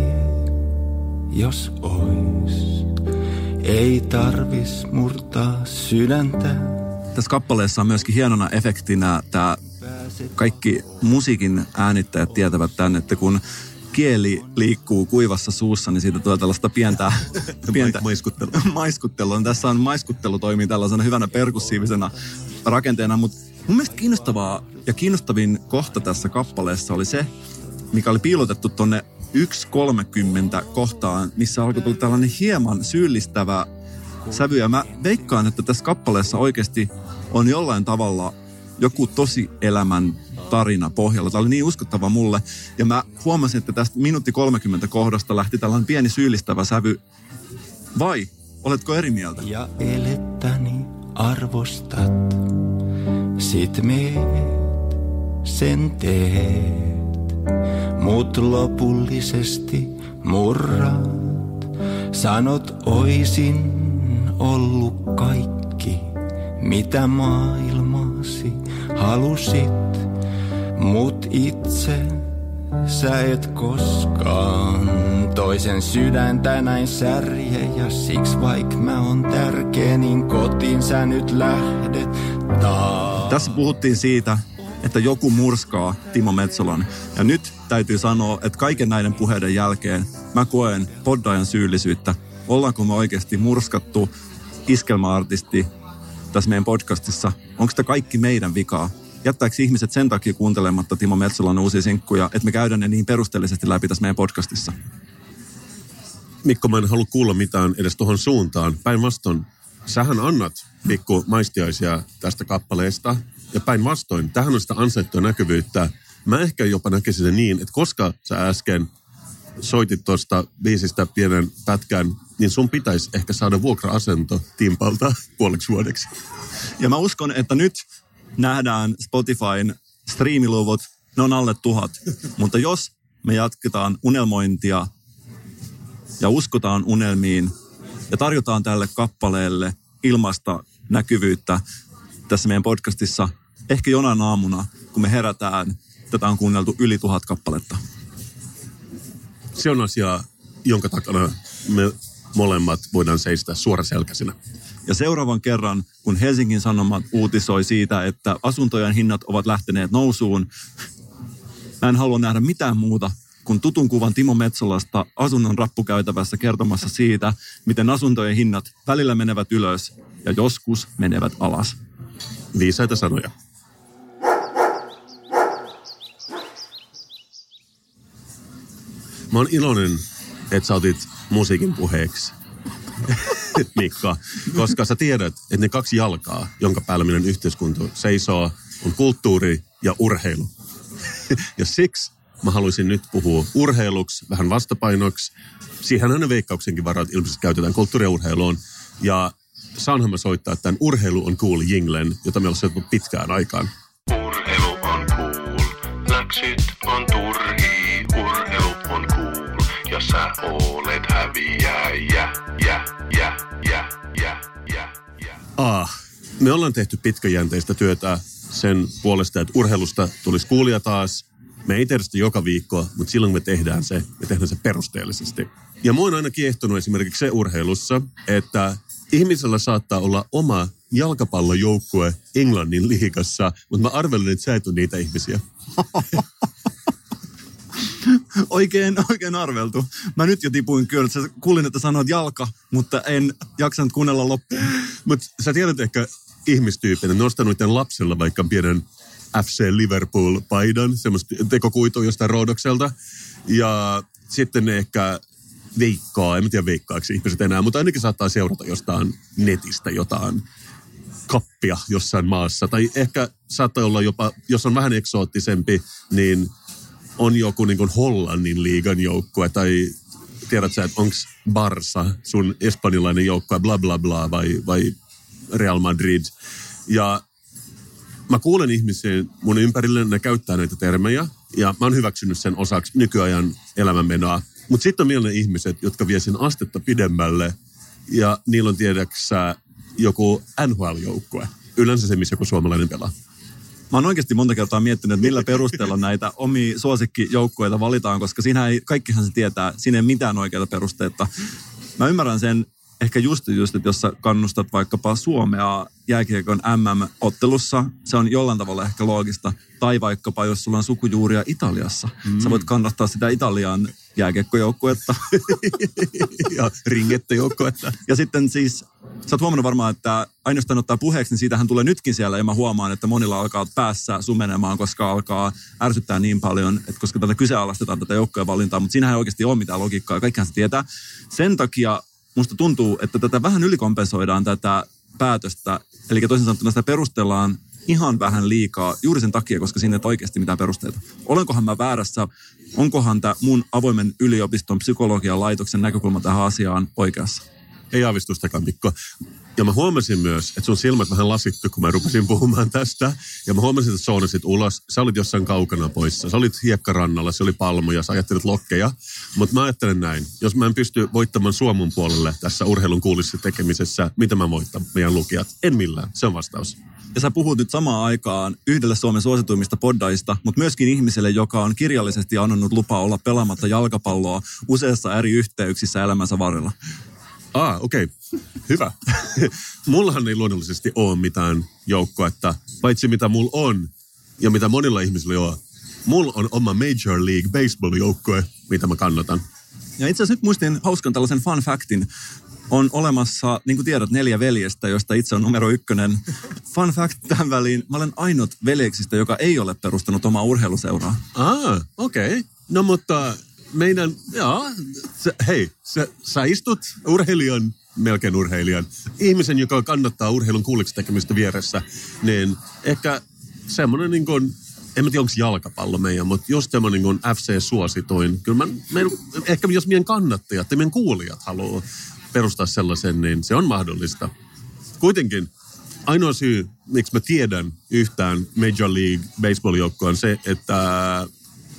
jos ois, ei tarvis murtaa sydäntä. Tässä kappaleessa on myöskin hienona efektinä tämä kaikki musiikin äänittäjät tietävät tämän, että kun kieli liikkuu kuivassa suussa, niin siitä tulee tällaista pientä maiskuttelua. Tässä on maiskuttelu toimii tällaisena hyvänä perkussiivisena rakenteena, mutta mun mielestä kiinnostavaa ja kiinnostavin kohta tässä kappaleessa oli se, mikä oli piilotettu tonne 1.30 kohtaan, missä alkoi tulla tällainen hieman syyllistävä sävy. Ja mä veikkaan, että tässä kappaleessa oikeasti on jollain tavalla joku tosi elämän tarina pohjalla. Tämä oli niin uskottava mulle. Ja mä huomasin, että tästä minuutti 30 kohdasta lähti tällainen pieni syyllistävä sävy. Vai oletko eri mieltä? Ja elettäni arvostat, sit meet sen teet. Mut lopullisesti murrat, sanot oisin ollut kaikki, mitä maailmasi halusit, mut itse sä et koskaan toisen sydäntä näin särje, ja siksi vaik mä on tärkeä, niin kotiin sä nyt lähdet taas. Tässä puhuttiin siitä, että joku murskaa Timo Metsolan. Ja nyt täytyy sanoa, että kaiken näiden puheiden jälkeen mä koen poddaajan syyllisyyttä. Ollaanko me oikeasti murskattu iskelma-artisti tässä meidän podcastissa? Onko tämä kaikki meidän vikaa? Jättääkö ihmiset sen takia kuuntelematta Timo Metsolan uusia sinkkuja, että me käydään ne niin perusteellisesti läpi tässä meidän podcastissa? Mikko, mä en halua kuulla mitään edes tuohon suuntaan. Päinvastoin, sähän annat pikku maistiaisia tästä kappaleesta. Ja päinvastoin, tähän on sitä ansaittua näkyvyyttä. Mä ehkä jopa näkisin sen niin, että koska sä äsken soitit tuosta biisistä pienen pätkän, niin sun pitäisi ehkä saada vuokra-asento Timpalta puoleksi vuodeksi. Ja mä uskon, että nyt nähdään Spotifyn striimiluvut, ne on alle 1000. Mutta jos me jatketaan unelmointia ja uskotaan unelmiin ja tarjotaan tälle kappaleelle ilmaista näkyvyyttä tässä meidän podcastissa. Ehkä jonain aamuna, kun me herätään, tätä on kuunneltu yli 1000 kappaletta. Se on asia, jonka takana me molemmat voidaan seistä suoraselkäisinä. Ja seuraavan kerran, kun Helsingin Sanomat uutisoi siitä, että asuntojen hinnat ovat lähteneet nousuun, mä en halua nähdä mitään muuta kuin tutun kuvan Timo Metsolasta asunnon rappukäytävässä kertomassa siitä, miten asuntojen hinnat välillä menevät ylös ja joskus menevät alas. Viisaita sanoja. Mä oon iloinen, että sä otit musiikin puheeksi, Mikko, koska sä tiedät, että ne 2 jalkaa, jonka päällä meidän yhteiskunta seisoo, on kulttuuri ja urheilu. Ja siksi mä haluaisin nyt puhua urheiluksi, vähän vastapainoksi. Siihenhän ne Veikkauksenkin varat ilmeisesti käytetään kulttuuri- ja urheiluun. Ja saanhan mä soittaa tämän Urheilu on cool jinglen, jota meillä on soittu pitkään aikaan. Urheilu on cool, läksyt on turhii. Urheilu on cool, ja sä olet häviäjä. Me ollaan tehty pitkäjänteistä työtä sen puolesta, että urheilusta tulisi coolia taas. Me ei tehdä sitä joka viikko, mutta silloin me tehdään se perusteellisesti. Ja mua on aina kiehtonut esimerkiksi se urheilussa, että ihmisellä saattaa olla oma jalkapallojoukkue Englannin liigassa, mutta mä arvelen, että sä et ole niitä ihmisiä. Oikein arveltu. Mä nyt jo tipuin kyllä. Kuulin, että sanoit jalka, mutta en jaksanut kuunnella loppuun. Mutta sä tiedät ehkä ihmistyyppinen, nostanut tämän lapsella vaikka pienen FC Liverpool-paidan, semmoista tekokuitua jostain Roodokselta. Ja sitten ne ehkä veikkaa, en tiedä veikkaaksi ihmiset enää, mutta ainakin saattaa seurata jostain netistä jotain kappia jossain maassa. Tai ehkä saattaa olla jopa, jos on vähän eksoottisempi, niin on joku niin kuin Hollannin liigan joukkue, tai tiedät sä, että onko Barça sun espanjalainen joukkue, bla bla bla, vai Real Madrid. Ja mä kuulen ihmisiä mun ympärille, ne käyttää näitä termejä, ja mä oon hyväksynyt sen osaksi nykyajan elämänmenoa. Mutta sitten on vielä ne ihmiset, jotka vie sen astetta pidemmälle, ja niillä on tiedäksä joku NHL-joukkue. Yleensä se, missä joku suomalainen pelaa. Mä oon oikeasti monta kertaa miettinyt, että millä perusteella näitä omia suosikkijoukkueita valitaan, koska siinä ei, kaikkihan se tietää, siinä ei mitään oikeaa perusteetta. Mä ymmärrän sen ehkä just, että jos sä kannustat vaikkapa Suomea jääkiekon MM-ottelussa, se on jollain tavalla ehkä loogista. Tai vaikkapa, jos sulla on sukujuuria Italiassa, sä voit kannattaa sitä Italian jääkiekkojoukkuetta. Ja ringettejoukkuetta. Ja sitten siis, sä oot huomannut varmaan, että ainoastaan ottaa puheeksi, niin siitähän tulee nytkin siellä. Ja mä huomaan, että monilla alkaa päässä sumenemaan, koska alkaa ärsyttää niin paljon, että koska tätä kyseenalaistetaan tätä joukkojen valintaa. Mutta siinähän ei oikeasti ole mitään logiikkaa, ja kaikkihan se tietää. Sen takia musta tuntuu, että tätä vähän ylikompensoidaan tätä päätöstä. Eli toisin sanottuna sitä perustellaan ihan vähän liikaa juuri sen takia, koska siinä ei ole oikeasti mitään perusteita. Olenkohan mä väärässä? Onkohan tämä mun avoimen yliopiston psykologian laitoksen näkökulma tähän asiaan oikeassa? Ei aavistustakaan, Mikko. Ja mä huomasin myös, että sun silmät vähän lasittu, kun mä rupesin puhumaan tästä. Ja mä huomasin, että sounasit ulos. Sä olit jossain kaukana poissa. Sä olit hiekkarannalla, se oli palmuja, sä ajattelit lokkeja. Mutta mä ajattelen näin. Jos mä en pysty voittamaan Suomun puolelle tässä urheilun kuulissa tekemisessä, mitä mä voitan meidän lukijat? En millään. Se on vastaus. Ja sä puhut nyt samaan aikaan yhdelle Suomen suosituimmista poddaista, mutta myöskin ihmiselle, joka on kirjallisesti annonut lupaa olla pelaamatta jalkapalloa useissa eri yhteyksissä elämänsä varrella. Okei. Hyvä. Mullahan ei luonnollisesti ole mitään joukkuetta, paitsi mitä mulla on ja mitä monilla ihmisillä on. Mulla on oma Major League Baseball-joukkue, mitä mä kannatan. Ja itse asiassa nyt muistin hauskan tällaisen fun factin. On olemassa, niin kuin tiedät, 4 veljestä, joista itse on numero 1. Fun fact tähän väliin. Mä olen ainut veljeksistä, joka ei ole perustanut omaa urheiluseuraa. Okei. No mutta meidän, sä istut melkein urheilijan, ihmisen, joka kannattaa urheilun kuuliksi tekemistä vieressä, niin ehkä semmoinen niin kuin, en mä tiedä, onko jalkapallo meidän, mutta just semmoinen niin kuin FC-suosituin. Kyllä ehkä jos meidän kannattajat ja meidän kuulijat haluaa perustaa sellaisen, niin se on mahdollista. Kuitenkin ainoa syy, miksi mä tiedän yhtään Major League Baseball-joukkoa on se, että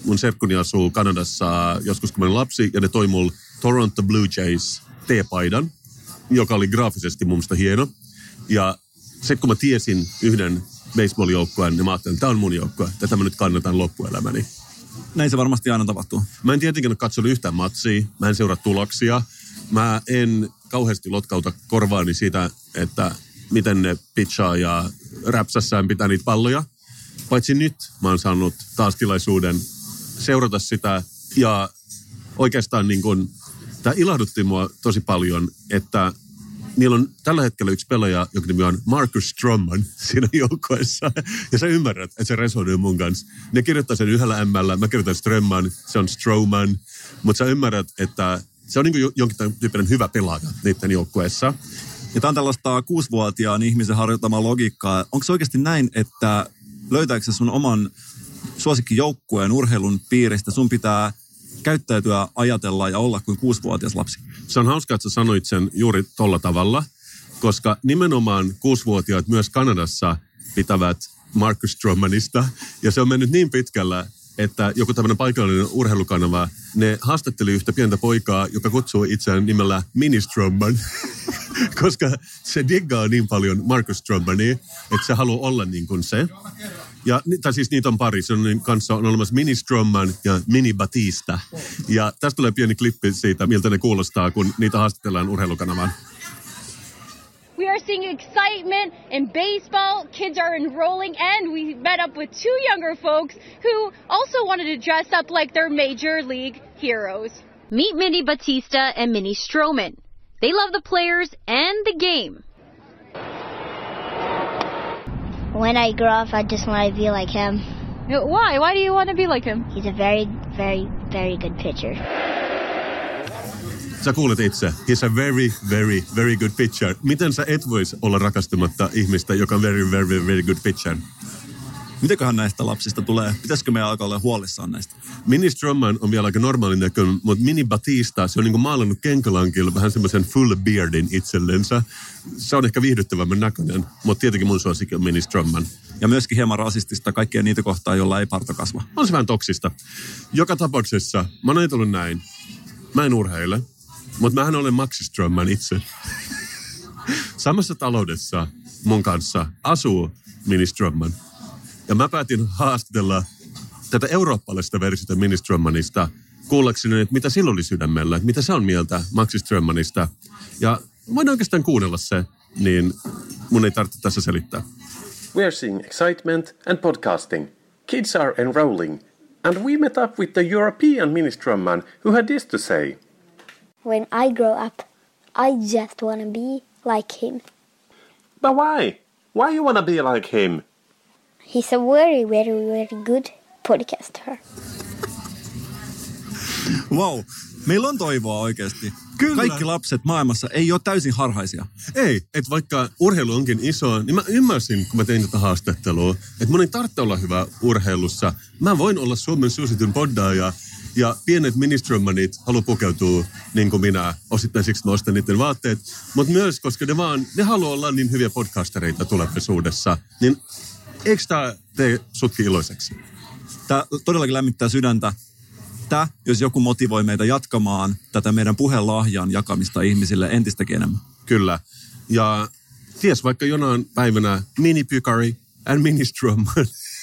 mun serkkuni asuu Kanadassa joskus kun mä olin lapsi, ja ne toi mulle Toronto Blue Jays teepaidan, joka oli graafisesti mun mielestä hieno. Ja sitten kun mä tiesin yhden baseball-joukkueen, niin mä ajattelin, että tämä on mun joukkue. Tätä mä nyt kannatan loppuelämäni. Näin se varmasti aina tapahtuu. Mä en tietenkin ole katsonut yhtään matsia. Mä en seuraa tuloksia. Mä en kauheasti lotkauta korvaani siitä, että miten ne pitchaa ja räpsässään pitää niitä palloja. Paitsi nyt mä oon saanut taas tilaisuuden seurata sitä. Ja oikeastaan niin kun, tää ilahdutti mua tosi paljon, että niillä on tällä hetkellä yksi pelaaja, joka nimi on Marcus Stroman siinä joukkueessa. Ja sä ymmärrät, että se resonoi mun kanssa. Ne kirjoittaa sen yhdellä M-llä, mä kirjoitan Strömman, se on Stroman. Mutta sä ymmärrät, että se on niin kuin jonkin tyyppinen hyvä pelaaja niiden joukkueessa. Ja tämä on tällaista 6-vuotiaan ihmisen harjoittamaa logiikkaa. Onko se oikeasti näin, että löytääkö se sun oman suosikkijoukkueen urheilun piiristä? Sun pitää käyttäytyä, ajatella ja olla kuin 6-vuotias lapsi. Se on hauskaa, että sä sanoit sen juuri tolla tavalla, koska nimenomaan 6-vuotiaat myös Kanadassa pitävät Marcus Stromanista. Ja se on mennyt niin pitkällä, että joku tämmöinen paikallinen urheilukanava, ne haastatteli yhtä pientä poikaa, joka kutsuu itseään nimellä Mini Stroman, koska se diggaa niin paljon Marcus Stromania, että se haluaa olla niin kuin se. Ja, tai siis niitä on pari. Se on kanssa on olemassa Mini Stroman ja Mini Batista. Ja tästä tulee pieni klippi siitä, miltä ne kuulostaa, kun niitä haastatellaan urheilukanavaan. We are seeing excitement in baseball. Kids are enrolling, and we met up with 2 younger folks who also wanted to dress up like their major league heroes. Meet Mini Batista and Mini Stroman. They love the players and the game. When I grow up, I just want to be like him. Why? Why do you want to be like him? He's a very, very, very good pitcher. Sä kuulet itse. He's a very, very, very good pitcher. Miten sä et vois olla rakastamatta ihmistä, joka on very, very, very good pitcher? Mitäköhän näistä lapsista tulee? Pitäisikö meidän alkaa olla huolissaan näistä? Mini Stroman on vielä aika normaalin näköinen, mutta Mini Batista, se on niin kuin maalannut kenkälankilla vähän semmoisen full beardin itsellensä. Se on ehkä viihdyttävämmän näköinen, mutta tietenkin mun suosikki on Mini Stroman. Ja myöskin hieman rasistista kaikkia niitä kohtaa, joilla ei parta kasva. On se vähän toksista. Joka tapauksessa, mä oon ajatellut näin. Mä en urheile, mutta mähän olen Maxi Stroman itse. Samassa taloudessa mun kanssa asuu Mini Stroman. Ja mä päätin haastatella tätä eurooppalaista versiota Mini Stromanista kuullakseni, että mitä sillä oli sydämellä, että mitä se on mieltä Maxi Stromanista. Ja voin oikeastaan kuunnella se, niin mun ei tarvitse tässä selittää. We are seeing excitement and podcasting. Kids are enrolling. And we met up with the European Mini Stroman who had this to say. When I grow up, I just want to be like him. But why? Why you wanna be like him? He's a very, very, very good podcaster. Wow, meillä on toivoa oikeasti. Kyllä. Kaikki lapset maailmassa ei ole täysin harhaisia. Ei, että vaikka urheilu onkin iso, niin mä ymmärsin, kun mä tein tätä haastattelua, että mun ei tarvitse olla hyvä urheilussa. Mä voin olla Suomen suositun poddaaja ja pienet ministromanit haluaa pukeutua niin kuin minä. Osittain siksi mä ostan niiden vaatteet, mutta myös koska ne haluaa olla niin hyviä podcastereita tulevaisuudessa. Niin eikö tää tee sutkin iloiseksi? Tämä todellakin lämmittää sydäntä. Jos joku motivoi meitä jatkamaan tätä meidän puhelahjan jakamista ihmisille entistäkin enemmän. Kyllä. Ja ties vaikka jonain päivänä Mini Pykari and Mini Stroman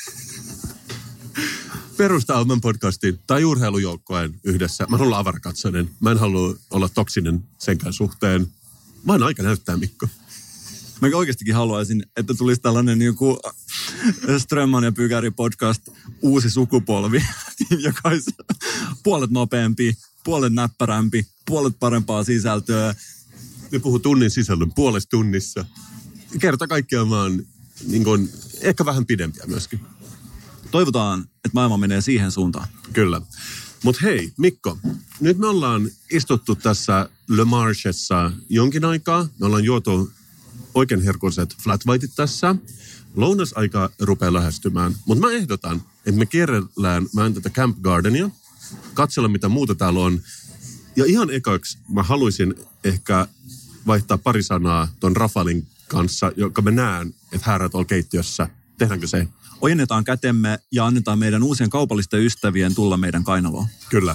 perustaa oman podcastin tai urheilujoukkojen yhdessä. Mä haluan olla avarakatsoinen. Mä en halua olla toksinen senkään suhteen. Vaan aika näyttää, Mikko. Mä oikeastikin haluaisin, että tulisi tällainen joku Strömman ja Pykäri podcast uusi sukupolvi, joka olisi puolet nopeampi, puolet näppärämpi, puolet parempaa sisältöä. Ne puhuu tunnin sisällön puolesta tunnissa. Kerta kaikkiaan vaan niin kuin, ehkä vähän pidempiä myöskin. Toivotaan, että maailma menee siihen suuntaan. Kyllä. Mutta hei, Mikko, nyt me ollaan istuttu tässä Le Marchessa jonkin aikaa. Me ollaan juotu oikein herkulliset flat whiteit tässä. Lounasaika rupeaa lähestymään, mutta mä ehdotan, että me kierrellään vähän tätä Camp Gardenia, katsella mitä muuta täällä on. Ja ihan ekaksi mä haluaisin ehkä vaihtaa pari sanaa ton Rafalin kanssa, joka mä näen, että häärät on keittiössä. Tehdäänkö se? ojennetaan kätemme ja annetaan meidän uusien kaupallisten ystävien tulla meidän kainaloon. Kyllä.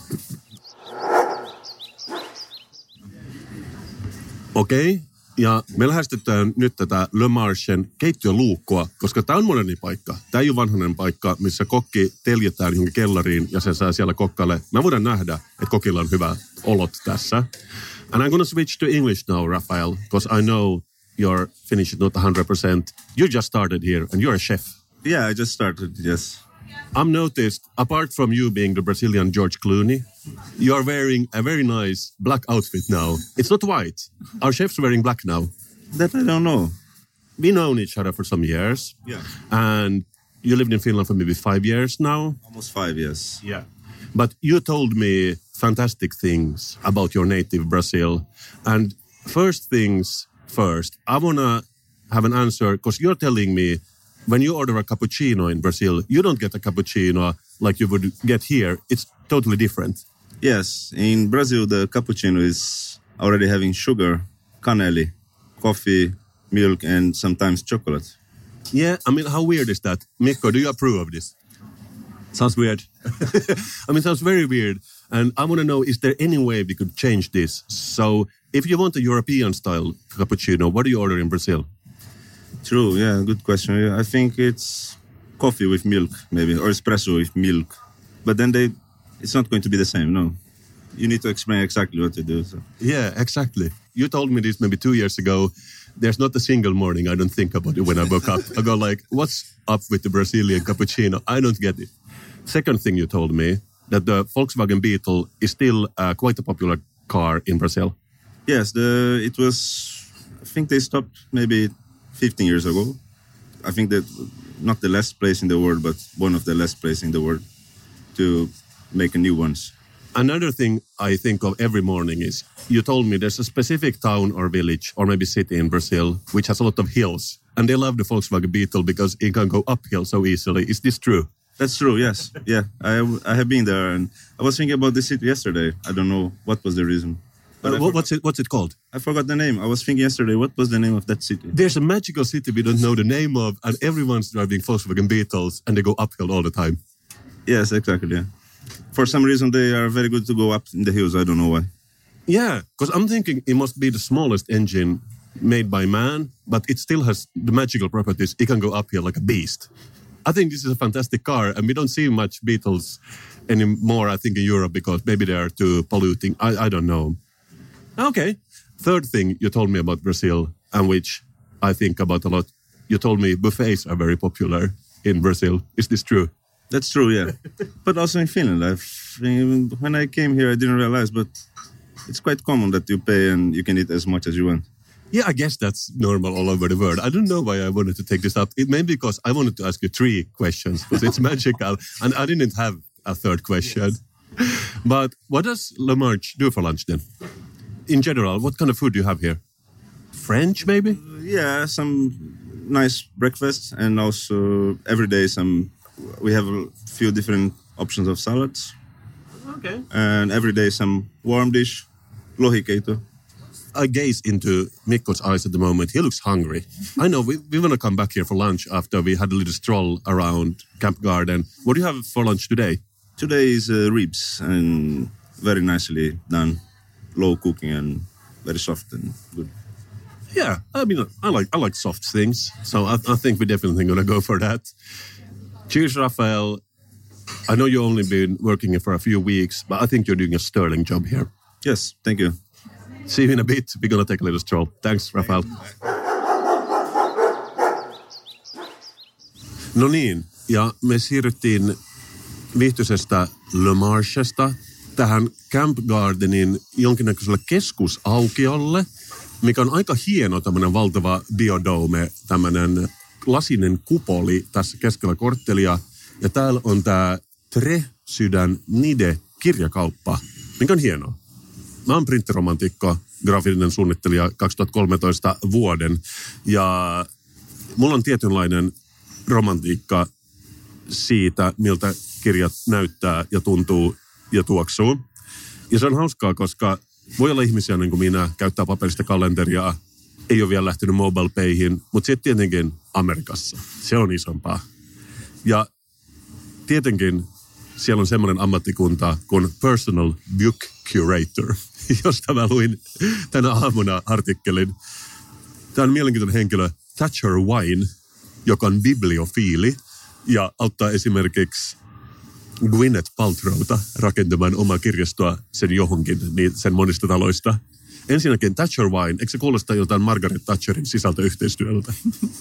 Okei. Ja me lähestytään nyt tätä Le Marchen keittiöluukkoa, koska tämä on moderni paikka. Tämä ei ole vanhainen paikka, missä kokki teljetään johonkin kellariin ja se saa siellä kokkaille. Mä voidaan nähdä, että kokilla on hyvä olot tässä. And I'm gonna switch to English now, Rafael, because I know your Finnish is not 100%. You just started here and you're a chef. Yeah, I just started, yes. I've noticed, apart from you being the Brazilian George Clooney, you're wearing a very nice black outfit now. It's not white. Our chef's wearing black now. That I don't know. We've known each other for some years. Yeah. And you lived in Finland for maybe 5 years now. Almost 5 years. Yeah. But you told me fantastic things about your native Brazil. And first things first, I want to have an answer, because you're telling me when you order a cappuccino in Brazil, you don't get a cappuccino like you would get here. It's totally different. Yes, in Brazil the cappuccino is already having sugar, caneli, coffee, milk and sometimes chocolate. Yeah, I mean, how weird is that? Mikko, do you approve of this? Sounds weird. I mean, it sounds very weird. And I want to know, is there any way we could change this? So if you want a European-style cappuccino, what do you order in Brazil? True, yeah, good question. I think it's coffee with milk, maybe, or espresso with milk. But then it's not going to be the same, no. You need to explain exactly what to do. So. Yeah, exactly. You told me this maybe 2 years ago. There's not a single morning I don't think about it when I woke up. I go like, what's up with the Brazilian cappuccino? I don't get it. Second thing you told me, that the Volkswagen Beetle is still quite a popular car in Brazil. Yes, I think they stopped maybe 15 years ago. I think that not the last place in the world, but one of the last places in the world to make a new ones. Another thing I think of every morning is, you told me there's a specific town or village or maybe city in Brazil which has a lot of hills. And they love the Volkswagen Beetle because it can go uphill so easily. Is this true? That's true, yes. Yeah, I have been there and I was thinking about the city yesterday. I don't know what was the reason. What's it called? I forgot the name. I was thinking yesterday, what was the name of that city? There's a magical city we don't know the name of, and everyone's driving Volkswagen Beetles, and they go uphill all the time. Yes, exactly, yeah. For some reason, they are very good to go up in the hills. I don't know why. Yeah, because I'm thinking it must be the smallest engine made by man, but it still has the magical properties. It can go uphill like a beast. I think this is a fantastic car, and we don't see much Beetles anymore, I think, in Europe, because maybe they are too polluting. I don't know. Okay. Third thing you told me about Brazil, and which I think about a lot, you told me buffets are very popular in Brazil. Is this true? That's true, yeah. But also in Finland. When I came here, I didn't realize, but it's quite common that you pay and you can eat as much as you want. Yeah, I guess that's normal all over the world. I don't know why I wanted to take this up. It may be because I wanted to ask you 3 questions, because it's magical, and I didn't have a third question. But what does Le Marche do for lunch then? In general, what kind of food do you have here? French, maybe? Yeah, some nice breakfast, and also every day we have a few different options of salads. Okay. And every day some warm dish, lohikeito. I gaze into Mikko's eyes at the moment. He looks hungry. I know, we want to come back here for lunch after we had a little stroll around Camp Garden. What do you have for lunch today? Today is ribs, and very nicely done. Low cooking and very soft and good. Yeah, I mean, I like soft things, so I think we're definitely going to go for that. Cheers, Rafael. I know you've only been working here for a few weeks, but I think you're doing a sterling job here. Yes, thank you. See you in a bit. We're going to take a little stroll. Thanks, Rafael. No niin, ja me siirryttiin viihtyisestä Le Marchesta tähän Camp Gardenin jonkinnäköiselle keskusaukiolle, mikä on aika hieno tämmöinen valtava biodome, tämmöinen lasinen kupoli tässä keskellä korttelia. Ja täällä on tämä Tre-sydän Nide-kirjakauppa, mikä on hienoa. Mä oon printtiromantikko, graafinen suunnittelija 2013 vuoden. Ja mulla on tietynlainen romantiikka siitä, miltä kirjat näyttää ja tuntuu ja tuoksuu. Ja se on hauskaa, koska voi olla ihmisiä niin kuin minä, käyttää paperista kalenteria, ei ole vielä lähtenyt MobilePayhin, mutta sitten tietenkin Amerikassa. Se on isompaa. Ja tietenkin siellä on semmoinen ammattikunta kuin Personal Book Curator, josta mä luin tänä aamuna artikkelin. Tämä on mielenkiintoinen henkilö, Thatcher Wine, joka on bibliofiili ja auttaa esimerkiksi Gwyneth Paltrowta rakentamaan omaa kirjastoa sen johonkin, niin sen monista taloista. Ensinnäkin Thatcher Wine, eikö se kuulostaa jotain Margaret Thatcherin sisältöyhteistyöltä?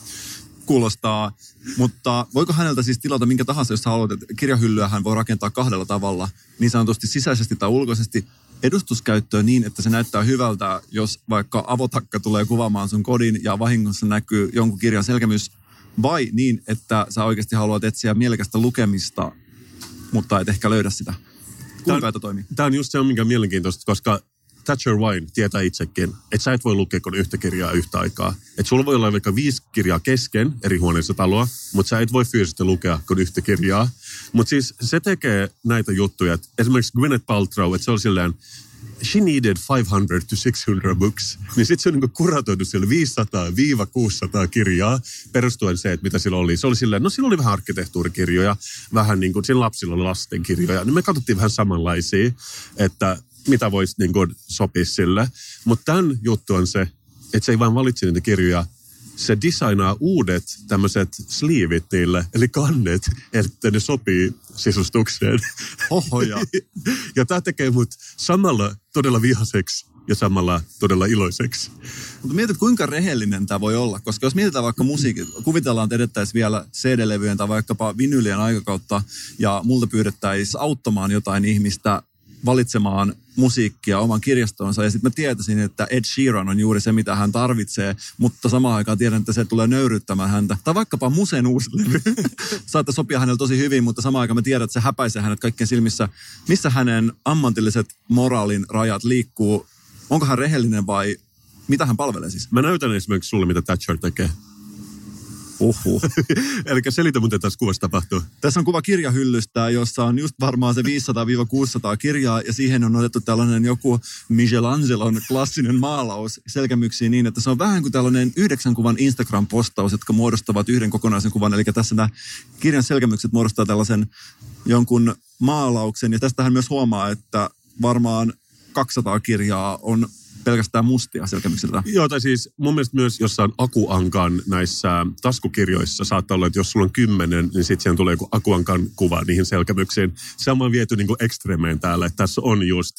Kuulostaa, mutta voiko häneltä siis tilata minkä tahansa, jos haluat, että kirjahyllyä hän voi rakentaa 2 tavalla, niin sanotusti sisäisesti tai ulkoisesti, edustuskäyttöön niin, että se näyttää hyvältä, jos vaikka avotakka tulee kuvaamaan sun kodin ja vahingossa näkyy jonkun kirjan selkämys, vai niin, että sä oikeasti haluat etsiä mielekästä lukemista, mutta et ehkä löydä sitä. Kuinka tämä toimii? Tämä on just se, mikä on mielenkiintoista, koska Thatcher Wine tietää itsekin, että sä et voi lukea kuin yhtä kirjaa yhtä aikaa. Että sulla voi olla vaikka 5 kirjaa kesken eri huoneissa taloa, mutta sä et voi fyysisesti lukea kuin yhtä kirjaa. Mutta siis se tekee näitä juttuja, että esimerkiksi Gwyneth Paltrow, että se on silleen, she needed 500 to 600 books. Niin sitten se on niinku kuratoitu siellä 500-600 kirjaa perustuen se, että mitä sillä oli. Se oli silleen, no sillä oli vähän arkkitehtuurikirjoja, vähän niin kuin siinä lapsilla oli lastenkirjoja. Niin me katsottiin vähän samanlaisia, että mitä voisi niin kuin sopia sille. Mutta tämän juttu on se, että se ei vaan valitse niitä kirjoja. Se designaa uudet tämmöiset sleevit niille, eli kannet, että ne sopii sisustukseen. Ohoja. Ja tämä tekee mut samalla todella vihaseksi ja samalla todella iloiseksi. Mutta mietit, kuinka rehellinen tämä voi olla, koska jos mietitään vaikka musiikit, kuvitellaan, että edettäisiin vielä CD-levyjen tai vaikkapa vinylien aikakautta ja multa pyydettäisiin auttamaan jotain ihmistä valitsemaan musiikkia oman kirjastoonsa ja sitten mä tietäisin, että Ed Sheeran on juuri se, mitä hän tarvitsee, mutta samaan aikaan tiedän, että se tulee nöyryyttämään häntä. Tai vaikkapa Musen uusi levy. Saattaa sopia hänelle tosi hyvin, mutta samaan aikaan mä tiedän, että se häpäisee hänet kaikkien silmissä. Missä hänen ammatilliset moraalin rajat liikkuu? Onko hän rehellinen vai mitä hän palvelee siis? Mä näytän esimerkiksi sulle, mitä Thatcher tekee. Eli selitä, mitä tässä kuvassa tapahtuu. Tässä on kuva kirjahyllystä, jossa on just varmaan se 500-600 kirjaa, ja siihen on otettu tällainen joku Michelangelon klassinen maalaus selkämyksiin niin, että se on vähän kuin tällainen 9 kuvan Instagram-postaus, jotka muodostavat yhden kokonaisen kuvan. Eli tässä nämä kirjan selkämykset muodostaa tällaisen jonkun maalauksen, ja tästähän myös huomaa, että varmaan 200 kirjaa on pelkästään mustia selkämyksiltä. Joo, tai siis mun mielestä myös jossain Aku Ankan näissä taskukirjoissa saattaa olla, että jos sulla on 10, niin sitten siihen tulee joku Aku Ankan kuva niihin selkämyksiin. Se on viety niin kuin ekstremeen täällä, että tässä on just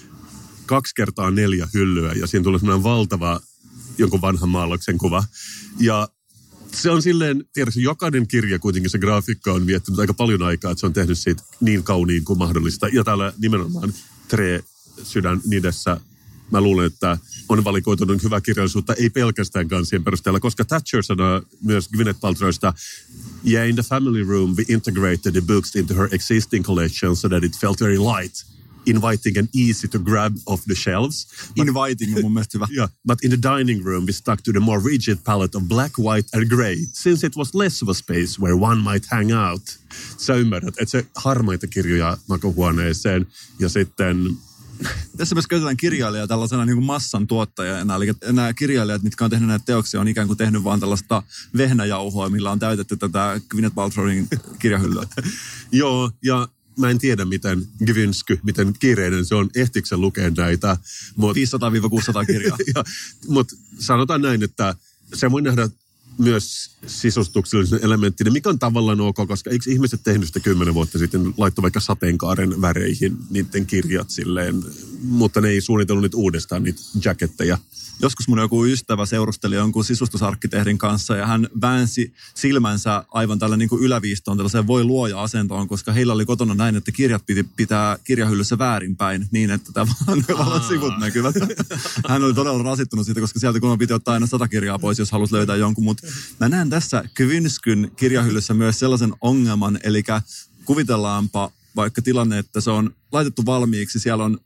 2x4 hyllyä ja siinä tulee sellainen valtava jonkun vanhan maalauksen kuva. Ja se on silleen, tiedätkö, jokainen kirja kuitenkin se grafiikka on viettänyt aika paljon aikaa, että se on tehnyt siitä niin kauniin kuin mahdollista. Ja täällä nimenomaan Tre-sydän nidessä mä luulen, että on valikoitunut hyvää kirjallisuutta, ei pelkästään kansien perusteella, koska Thatcher sanoo myös Gwyneth Paltrowsta, yeah, in the family room we integrated the books into her existing collection so that it felt very light, inviting and easy to grab off the shelves. Inviting on mun mielestä hyvä. Yeah, but in the dining room we stuck to the more rigid palette of black, white and grey, since it was less of a space where one might hang out. Sä ymmärrät, että se harmaita kirjoja makuhuoneeseen ja sitten tässä myös käytetään kirjailijaa tällaisena niin kuin massan tuottajana. Eli nämä kirjailijat, mitkä on tehnyt näitä teoksia, on ikään kuin tehnyt vaan tällaista vehnäjauhoa, millä on täytetty tätä Gwyneth Paltrowin kirjahyllyä. Joo, ja mä en tiedä, miten miten kiireinen se on. Ehtikö se lukea näitä? 500-600 kirjaa. Mutta sanotaan näin, että se voi nähdä myös sisustuksellisen elementtinä, mikä on tavallaan ok, koska eikö ihmiset tehnyt sitä 10 vuotta sitten, laittoi vaikka sateenkaaren väreihin niiden kirjat silleen, mutta ne ei suunnitellut niitä uudestaan, niitä jacketteja. Joskus mun joku ystävä seurusteli jonkun sisustusarkkitehdin kanssa ja hän väänsi silmänsä aivan tällä niin kuin yläviistoon tällaiseen voi luoja asentoon, koska heillä oli kotona näin, että kirjat piti pitää kirjahyllyssä väärinpäin niin, että tavallaan sivut näkyvät. Hän oli todella rasittunut siitä, koska sieltä kun piti ottaa aina 100 kirjaa pois, jos halusi löytää jonkun, mutta mä näen tässä Gwynskyn kirjahyllyssä myös sellaisen ongelman, eli kuvitellaanpa vaikka tilanne, että se on laitettu valmiiksi, siellä on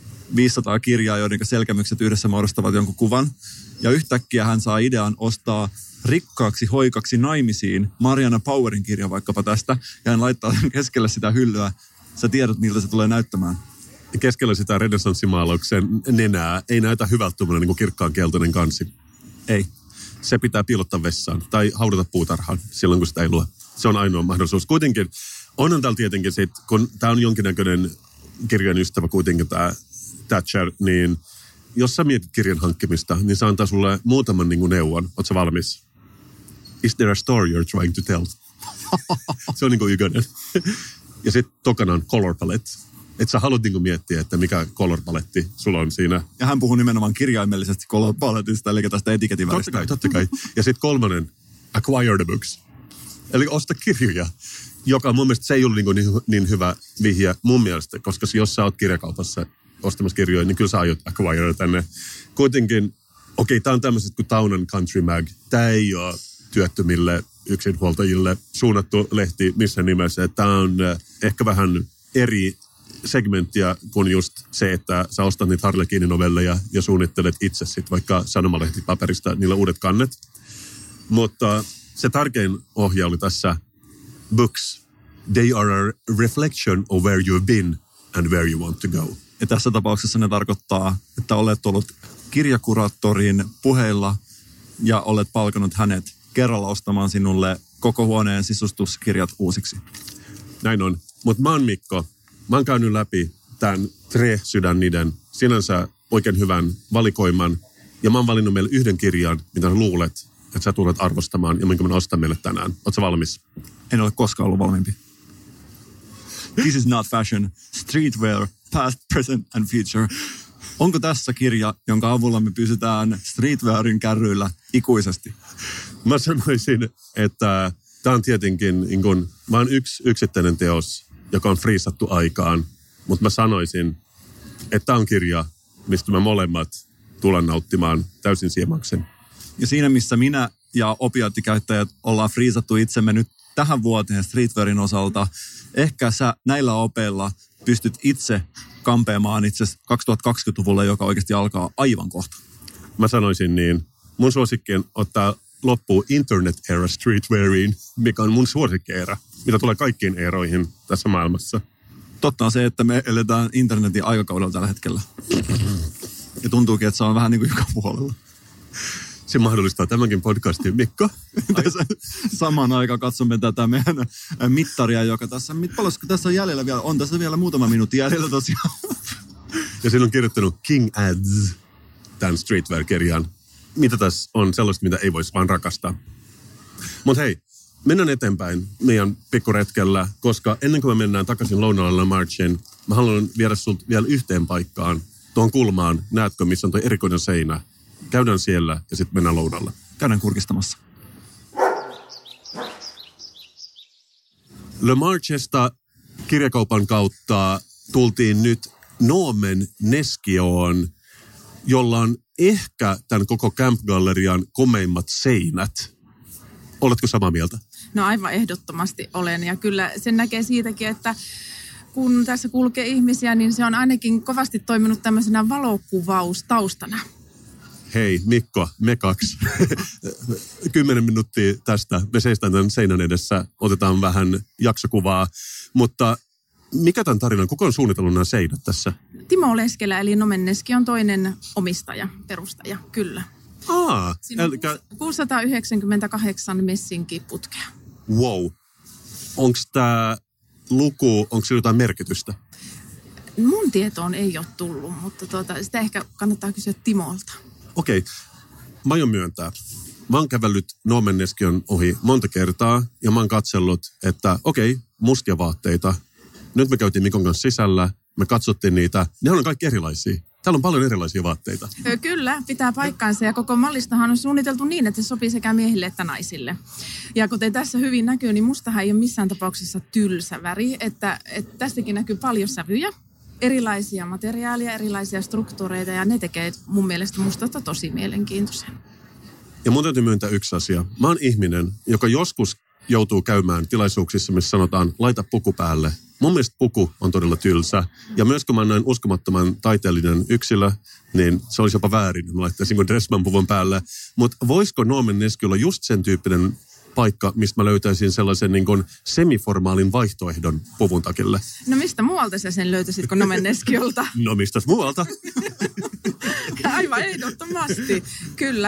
500 kirjaa, joiden selkämykset yhdessä muodostavat jonkun kuvan. Ja yhtäkkiä hän saa idean ostaa Rikkaaksi hoikaksi naimisiin Mariana Powerin kirja vaikkapa tästä. Ja hän laittaa sen keskelle sitä hyllyä. Sä tiedät, miltä se tulee näyttämään. Keskellä sitä renessanssimaalauksen nenää ei näytä hyvältä tuommoinen niin kuin kirkkaan keltainen kansi. Ei. Se pitää piilottaa vessaan tai haudata puutarhaan silloin, kun sitä ei lue. Se on ainoa mahdollisuus. Kuitenkin onhan täällä tietenkin sit, kun tää on jonkinnäköinen kirjan ystävä kuitenkin tää Thatcher, niin jos sä mietit kirjan hankkimista, niin se antaa sulle muutaman niin kuin neuvon. Ootko sä valmis? Is there a story you're trying to tell? Se on niin kuin ykkönen. Ja sitten tokana on color palette. Että sä haluat niin kuin miettiä, että mikä color paletti sulla on siinä. Ja hän puhuu nimenomaan kirjaimellisesti color paletista, eli tästä etiketin väristä. Totta kai. Ja sitten kolmannen, acquire the books. Eli osta kirjoja. Joka mun mielestä se ei ollut niin hyvä vihje mun mielestä, koska jos sä oot kirjakaupassa ostamassa kirjoja, niin kyllä sä aiot acquire tänne. Kuitenkin, tää on tämmöiset kuin Town and Country Mag. Tää ei ole työttömille yksinhuoltajille suunnattu lehti missään nimessä. Tää on ehkä vähän eri segmenttiä kuin just se, että sä ostat niitä Harlequin-novelleja ja suunnittelet itse sitten vaikka sanomalehtipaperista niillä uudet kannet. Mutta se tärkein ohje oli tässä books. They are a reflection of where you've been and where you want to go. Ja tässä tapauksessa ne tarkoittaa, että olet ollut kirjakuraattorin puheilla ja olet palkannut hänet kerralla ostamaan sinulle koko huoneen sisustuskirjat uusiksi. Näin on. Mutta mä oon Mikko. Mä oon käynyt läpi tämän Tre-sydänniden sinänsä oikein hyvän valikoiman. Ja mä oon valinnut meille yhden kirjan, mitä luulet, että sä tulet arvostamaan ja minkä mä ostan meille tänään. Oot sä valmis? En ole koskaan ollut valmiimpi. This is not fashion. Streetwear, past, present and future. Onko tässä kirja, jonka avulla me pysytään streetwearin kärryillä ikuisesti? Mä sanoisin, että tämä on tietenkin niin kun, vaan yksi yksittäinen teos, joka on friisattu aikaan. Mutta mä sanoisin, että tämä on kirja, mistä me molemmat tullaan nauttimaan täysin siemaksen. Ja siinä, missä minä ja opiaattikäyttäjät ollaan friisattu itsemme nyt tähän vuoteen streetwearin osalta, ehkä sä näillä opeilla pystyt itse kampeamaan itse 2020-luvulla, joka oikeasti alkaa aivan kohta. Mä sanoisin niin. Mun suosikki on ottaa loppuun Internet Era Streetweariin, mikä on mun suosikki-era, mitä tulee kaikkiin eroihin tässä maailmassa. Totta on se, että me eletään internetin aikakaudella tällä hetkellä. Ja tuntuukin, että se on vähän niin kuin joka puolella. Se mahdollistaa tämänkin podcastin, Mikko. Samaan aikaan katsomme tätä meidän mittaria, joka tässä, paljonko tässä on jäljellä vielä, on tässä vielä muutama minuutti jäljellä tosiaan. Ja siinä on kirjoittanut King Ads, tämän streetwear-kirjan. Mitä tässä on sellaista, mitä ei voisi vaan rakastaa. Mutta hei, mennään eteenpäin meidän pikkuretkellä, koska ennen kuin me mennään takaisin lounaalle Marchin, mä haluan viedä sulta vielä yhteen paikkaan, tuohon kulmaan. Näetkö, missä on tuo erikoinen seinä? Käydään siellä ja sitten mennään lounalle. Käydään kurkistamassa. Le Marchesta kirjakaupan kautta tultiin nyt Noomen Neskioon, jolla on ehkä tämän koko Camp-gallerian komeimmat seinät. Oletko samaa mieltä? No aivan ehdottomasti olen, ja kyllä sen näkee siitäkin, että kun tässä kulkee ihmisiä, niin se on ainakin kovasti toiminut tämmöisenä valokuvaustaustana. Hei Mikko, me kaksi. 10 minuuttia tästä. Me seistään tämän seinän edessä, otetaan vähän jaksokuvaa. Mutta mikä tämän tarinan, kuka on suunnitellut nämä seinät tässä? Timo Leskelä, eli Noomen Neski on toinen omistaja, perustaja, kyllä. Siinä on 698 messinkiputkea. Wow. Onko tämä luku, onko sillä jotain merkitystä? Mun tietoon ei ole tullut, mutta sitä ehkä kannattaa kysyä Timolta. Okei. Mä aion myöntää. Mä oon kävellyt Noomen Neskiön ohi monta kertaa ja mä oon katsellut, että mustia vaatteita. Nyt me käytiin Mikon kanssa sisällä, me katsottiin niitä. Nehän on kaikki erilaisia. Täällä on paljon erilaisia vaatteita. Kyllä, pitää paikkaansa ja koko mallistahan on suunniteltu niin, että se sopii sekä miehille että naisille. Ja kuten tässä hyvin näkyy, niin mustahan ei ole missään tapauksessa tylsä väri, että tästäkin näkyy paljon sävyjä. Erilaisia materiaaleja, erilaisia struktuureita ja ne tekee mun mielestä mustasta tosi mielenkiintoisen. Ja mun täytyy myöntää yksi asia. Mä oon ihminen, joka joskus joutuu käymään tilaisuuksissa, missä sanotaan laita puku päälle. Mun mielestä puku on todella tylsä. Ja myös kun mä oon näin uskomattoman taiteellinen yksilö, niin se olisi jopa väärin. Mä laittaisin Dressman-puvun päälle. Mutta voisiko Noomen Neski olla just sen tyyppinen paikka, mistä mä löytäisin sellaisen niin kuin semiformaalin vaihtoehdon puvun takille? No mistä muualta sä sen löytäisit kuin Noomen Neskiolta? No mistäs muualta? Aivan ehdottomasti, kyllä.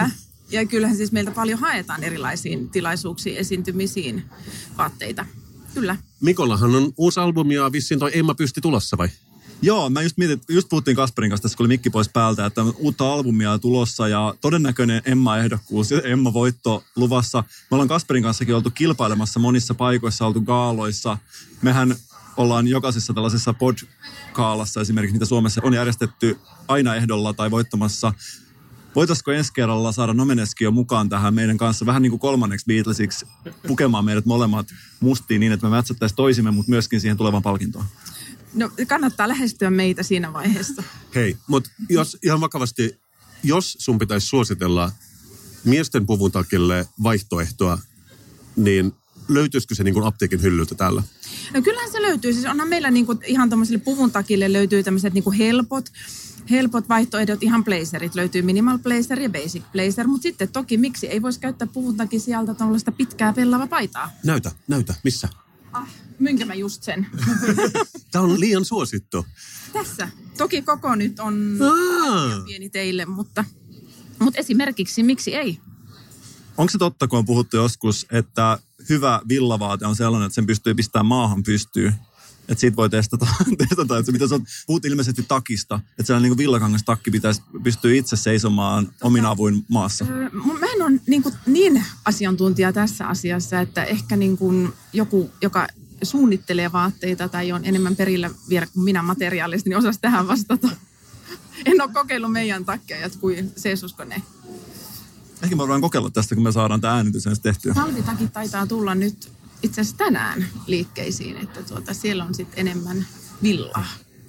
Ja kyllähän siis meiltä paljon haetaan erilaisiin tilaisuuksiin, esiintymisiin vaatteita. Kyllä. Mikollahan on uusi albumi ja vissiin toi Emma Pysti tulossa vai? Joo, mä just mietin, just puhuttiin Kasperin kanssa, tässä kun oli mikki pois päältä, että on uutta albumia tulossa ja todennäköinen Emma-ehdokkuus ja Emma-voitto luvassa. Me ollaan Kasperin kanssakin oltu kilpailemassa monissa paikoissa, oltu gaaloissa. Mehän ollaan jokaisessa tällaisessa pod-kaalassa esimerkiksi, mitä Suomessa on järjestetty aina ehdolla tai voittamassa. Voitaisiko ensi kerralla saada Nomeneskio mukaan tähän meidän kanssa vähän niin kuin kolmanneksi Beatlesiksi pukemaan meidät molemmat mustiin niin, että me mätsättäisiin toisimme, mutta myöskin siihen tulevaan palkintoon? No kannattaa lähestyä meitä siinä vaiheessa. Hei, mutta jos ihan vakavasti, jos sun pitäisi suositella miesten puvun takille vaihtoehtoa, niin löytyisikö se niin kuin apteekin hyllyltä täällä? No kyllähän se löytyy. Siis onhan meillä niin kuin ihan tämmöisille puvun takille löytyy tämmöiset niin kuin helpot vaihtoehdot, ihan blazerit. Löytyy minimal blazer ja basic blazer, mutta sitten toki miksi ei voisi käyttää puvun takia sieltä tällaista pitkää pellava paitaa? Näytä, missä? Mynkö mä just sen? Tämä on liian suosittu. Tässä. Toki koko nyt on pieni teille, mutta esimerkiksi miksi ei? Onko se totta, kun on puhuttu joskus, että hyvä villavaate on sellainen, että sen pystyy pistämään maahan pystyyn? Että siitä voi testata että mitä puhut ilmeisesti takista, että sellainen niin kuin villakangastakki pitäisi pystyä itse seisomaan omin avuin maassa. Mä en ole niin asiantuntija tässä asiassa, että ehkä niin kuin joku, joka suunnittelee vaatteita tai on enemmän perillä vielä kuin minä materiaalisesti, niin osaisi tähän vastata. En ole kokeillut meidän takkeja kuin seesuskone. Ehkä me voidaan kokeilla tästä, kun me saadaan tämä äänitys ensin tehtyä. Talvitakit taitaa tulla nyt itse asiassa tänään liikkeisiin, että siellä on sitten enemmän villaa.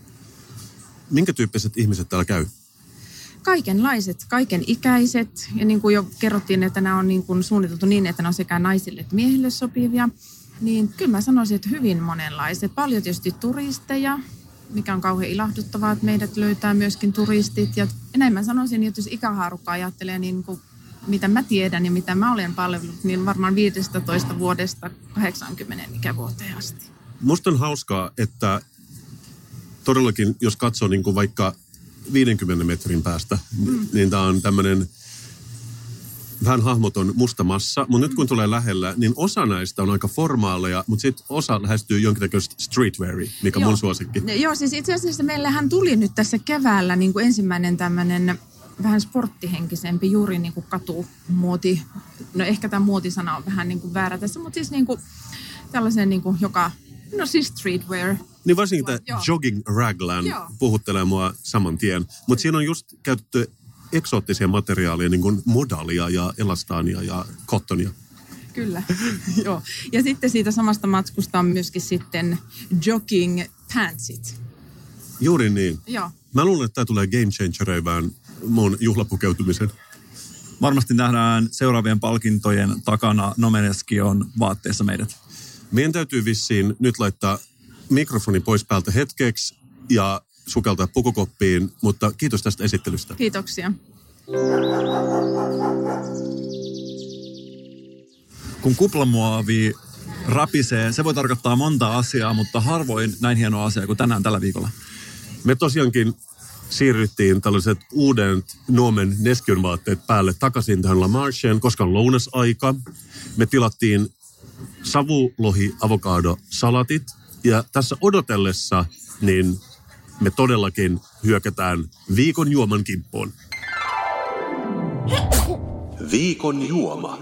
Minkä tyyppiset ihmiset täällä käy? Kaikenlaiset, kaiken ikäiset. Ja niin kuin jo kerrottiin, että nämä on niin kuin suunniteltu niin, että ne on sekä naisille että miehille sopivia. Niin kyllä mä sanoisin, että hyvin monenlaiset. Paljon tietysti turisteja, mikä on kauhean ilahduttavaa, että meidät löytää myöskin turistit. Ja näin mä sanoisin, että jos ikähaarukka ajattelee niin kuin mitä mä tiedän ja mitä mä olen palvellut, niin varmaan 15 vuodesta 80 ikävuoteen asti. Musta on hauskaa, että todellakin, jos katsoo niin kuin vaikka 50 metrin päästä, niin tää on tämmöinen vähän hahmoton musta massa, mutta nyt kun tulee lähellä, niin osa näistä on aika formaaleja, mutta sitten osa lähestyy jonkinnäköistä streetwearia, mikä on mun suosikki. Joo, siis itse asiassa meillähän tuli nyt tässä keväällä niin kuin ensimmäinen tämmöinen vähän sporttihenkisempi, juuri niin kuin katumuoti. No ehkä tämä muotisana on vähän niin kuin väärä tässä, mutta siis niin kuin tällaisen niin kuin siis streetwear. Niin varsinkin tämä jogging raglan puhuttelee mua saman tien. Mutta siinä on just käytetty eksoottisia materiaaleja, niin kuin modalia ja elastaania ja cottonia. Kyllä, joo. Ja sitten siitä samasta matskusta on myöskin sitten jogging pantsit. Juuri niin. Joo. Mä luulen, että tämä tulee game changereivään mun juhlapukeutumisen. Varmasti nähdään seuraavien palkintojen takana Nomeneskion vaatteessa meidät. Meidän täytyy vissiin nyt laittaa mikrofoni pois päältä hetkeksi ja sukeltaa pukukoppiin, mutta kiitos tästä esittelystä. Kiitoksia. Kun kuplamuovi rapisee, se voi tarkoittaa monta asiaa, mutta harvoin näin hienoa asiaa kuin tänään tällä viikolla. Me tosiaankin siirryttiin tällaiset uuden Nomen Neskion vaatteet päälle takaisin tähän La Marchen, koska on lounasaika. Me tilattiin savulohi avokado salatit ja tässä odotellessa niin me todellakin hyökätään viikon juoman kimppuun. Viikon juoma.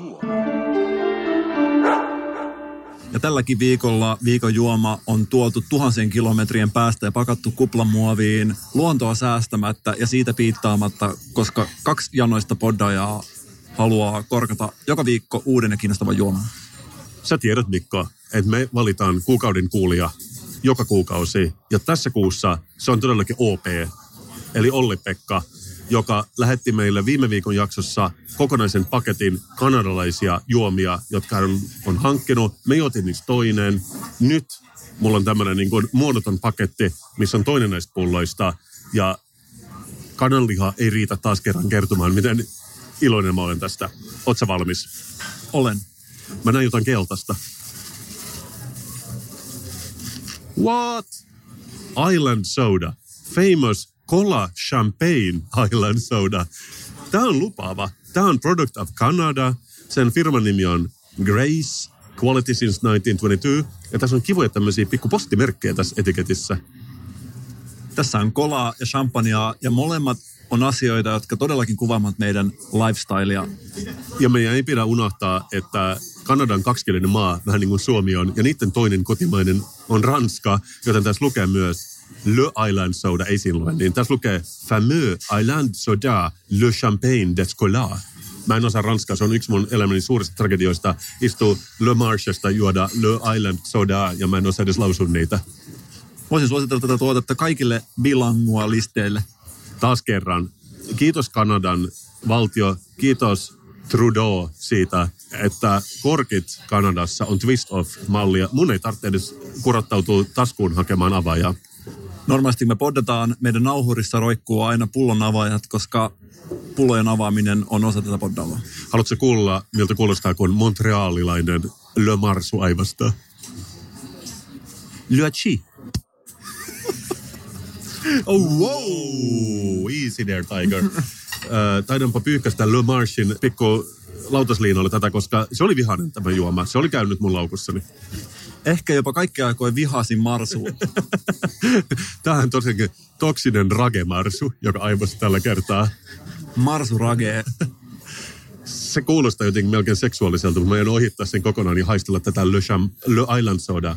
Ja tälläkin viikolla viikon juoma on tuotu 1000 kilometrien päästä ja pakattu kuplamuoviin luontoa säästämättä ja siitä piittaamatta, koska 2 janoista poddajaa haluaa korkata joka viikko uuden ja kiinnostavan juoman. Sä tiedät, Mikko, että me valitaan kuukauden kuulija joka kuukausi. Ja tässä kuussa se on todellakin OP, eli Olli-Pekka, joka lähetti meille viime viikon jaksossa kokonaisen paketin kanadalaisia juomia, jotka on hankkinut. Me juotiin niistä toinen. Nyt mulla on tämmöinen niin kuin muodoton paketti, missä on toinen näistä pulloista. Ja kananliha ei riitä taas kerran kertomaan, miten iloinen mä olen tästä. Oot sä valmis? Olen. Mä näin jotain keltaista. What? Island soda. Famous Cola Champagne Island soda. Tää on lupaava. Tämä on Product of Canada. Sen firman nimi on Grace, Quality since 1922. Ja tässä on kivoja tämmöisiä pikku postimerkkejä tässä etiketissä. Tässä on kolaa ja champagnea ja molemmat on asioita, jotka todellakin kuvaavat meidän lifestylea. Ja meidän ei pidä unohtaa, että Kanadan kaksikielinen maa, vähän niin kuin Suomi on, ja niiden toinen kotimainen on Ranska, joten tässä lukee myös Le Island Soda, ei siinä lue, niin tässä lukee Fameux Island Soda, Le Champagne d'Escola. Mä en osaa ranskaa, se on yksi mun elämäni suurista tragedioista. Istuu Le Marchesta juoda Le Island Soda, ja mä en osaa edes lausua niitä. Voisin suositella tätä tuotetta kaikille bilingualisteille. Taas kerran, kiitos Kanadan valtio, kiitos Trudeau siitä, että korkit Kanadassa on twist-off-mallia. Mun ei tarvitse edes kurottautua taskuun hakemaan avaajaa. Normaalisti me poddataan, meidän nauhurissa roikkuu aina pullon avaajat, koska pullojen avaaminen on osa tätä poddailua. Haluatko kuulla, miltä kuulostaa, kun montrealilainen Le Marsu aivastaa? Le Chi. Oh, wow! Easy there, Tiger. Taidanpa pyyhkästä Le Marchin pikku lautasliinoille tätä, koska se oli vihainen tämä juoma. Se oli käynyt mun laukussani. Ehkä jopa kaikki aikoin vihasin Marsu. Tämähän on tosiaankin toksinen rage-marsu, joka aivosi tällä kertaa. Marsu rage. Se kuulostaa jotenkin melkein seksuaaliselta, mutta mä en ohittaa sen kokonaan ja haistella tätä Le Island Soda.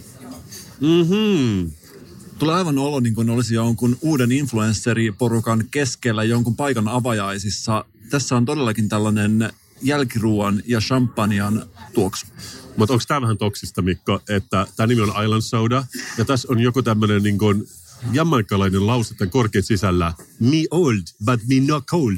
Tulee aivan olo, niin kuin olisi jonkun uuden influensseriporukan keskellä jonkun paikan avajaisissa. Tässä on todellakin tällainen jälkiruuan ja champagnean tuoksu. Mutta onko tämä vähän toksista, Mikko, että tämä nimi on Island Soda, ja tässä on joku tämmöinen niin kuin jamaikalainen lause tämän korkeat sisällä. Me old, but me not cold.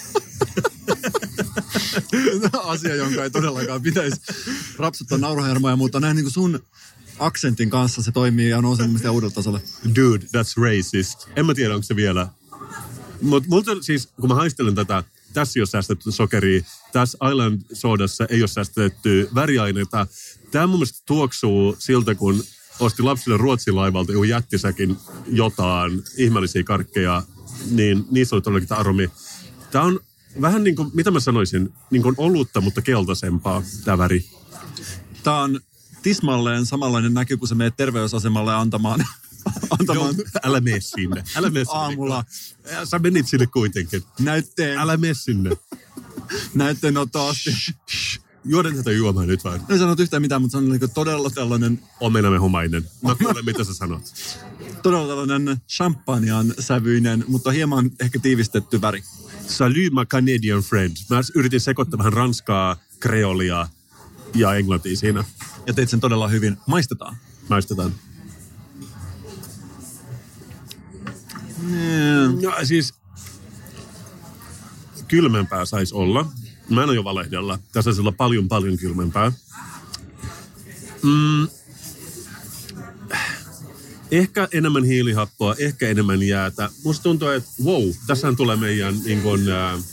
Asia, jonka ei todellakaan pitäisi rapsuttaa nauruhermoja, mutta näin niin kuin sun aksentin kanssa se toimii ja nousee mielestäni uudelle tasolle. Dude, that's racist. En mä tiedä, onko se vielä. Mutta multa siis, kun mä haistelen tätä, tässä ei ole säästetty sokeria, tässä Island Sodassa ei ole säästetty väriaineita. Tämä mun mielestä tuoksuu siltä, kun osti lapsille Ruotsin laivalta joku jättisäkin jotain ihmeellisiä karkkeja, niin niissä oli todellakin tämä aromi. Tämä on vähän niin kuin, mitä mä sanoisin, niin kuin olutta, mutta keltaisempaa tämä väri. Tämä on tismalleen samanlainen näky, kun sä menet terveysasemalle antamaan. Joo, älä mene sinne. Älä mene sinne. Aamulla. Sä menit sinne kuitenkin. Näytteen. Älä mene sinne. Näytteenotto asti. Juoden tätä juomaa nyt vaan. En sanonut yhtään mitään, mutta se on niin todella tällainen... Omenamehumainen. Mä kuulen, mitä sä sanot. Todella tällainen champagnean sävyinen, mutta hieman ehkä tiivistetty väri. Salut my Canadian friend. Mä yritin sekoittaa vähän ranskaa, kreolia ja englantia siinä. Ja teit sen todella hyvin. Maistetaan. Maistetaan. No, siis kylmempää saisi olla. Mä en ole jo valehdella. Tässä saisi olla paljon kylmempää. Ehkä enemmän hiilihappoa, ehkä enemmän jäätä. Musta tuntuu, että tässähän tulee meidän niin kuin,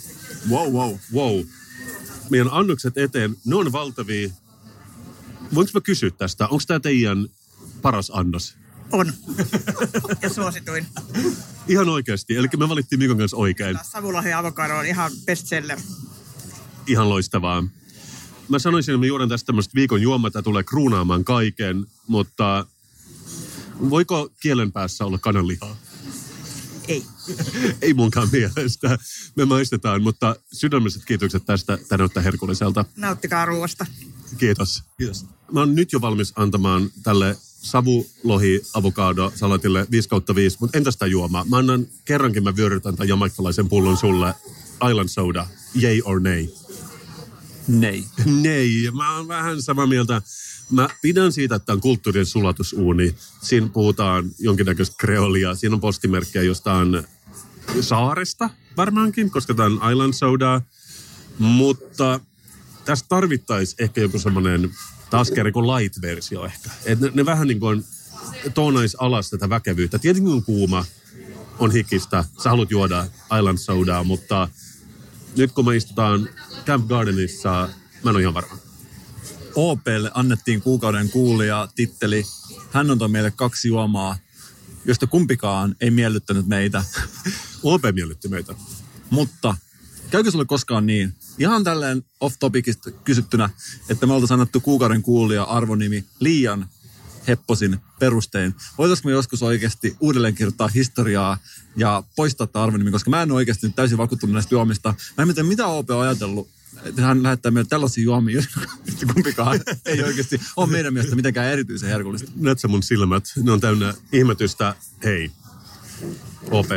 meidän annokset eteen. Ne on valtavia. Voinko mä kysyä tästä? Onko tämä teidän paras annos? On. Ja suosituin. Ihan oikeasti. Eli me valittiin Mikon kanssa oikein. Savulahi avokado on ihan bestseller. Ihan loistavaa. Mä sanoisin, että mä juodan tästä tämmöistä viikon juomaa, tämä tulee kruunaamaan kaiken, mutta voiko kielen päässä olla kananlihaa? Ei. Ei munkaan mielestä. Me maistetaan, mutta sydämelliset kiitokset tästä. Tämä näyttää herkulliselta. Nauttikaa ruoasta. Kiitos. Kiitos. Mä oon nyt jo valmis antamaan tälle savulohi-avokado-salatille 5/5, mutta entäs sitä juomaa? Mä annan kerrankin, mä vyörytän tämän jamaikkalaisen pullon sulle. Island Soda, yay or nay? Nei. Nei. Mä oon vähän samaa mieltä. Mä pidän siitä, että on kulttuurien sulatusuuni. Siinä puhutaan jonkinnäköistä kreolia. Siinä on postimerkkejä jostain saaresta varmaankin, koska tämä on Island Soda. Mutta tässä tarvittaisiin ehkä joku semmoinen taas kerran kuin light-versio ehkä. Että ne vähän niin kuin toonais alas tätä väkevyyttä. Tietenkin on kuuma, on hikistä, sä haluat juoda Island Sodaa, mutta nyt kun me istutaan Camp Gardenissa, mä en ole ihan varma. OP:lle annettiin kuukauden kuulija titteli. Hän antoi meille 2 juomaa, josta kumpikaan ei miellyttänyt meitä. OP miellytti meitä. Mutta Käykö sulle koskaan niin, ihan tälleen off-topicista kysyttynä, että me oltaisiin annettu kuukauden kuulija arvonimi liian hepposin perustein. Voitaisiinko me joskus oikeasti uudelleen kirjoittaa historiaa ja poistaa tämä arvonimi, koska mä en ole oikeasti nyt täysin vakuuttunut näistä juomista. Mä en tiedä, mitä OP on ajatellut, että hän lähettää meille tällaisia juomia, että kumpikaan ei oikeasti ole meidän mielestä mitenkään erityisen herkullista. Näet sä mun silmät, ne on täynnä ihmetystä. Hei, OP,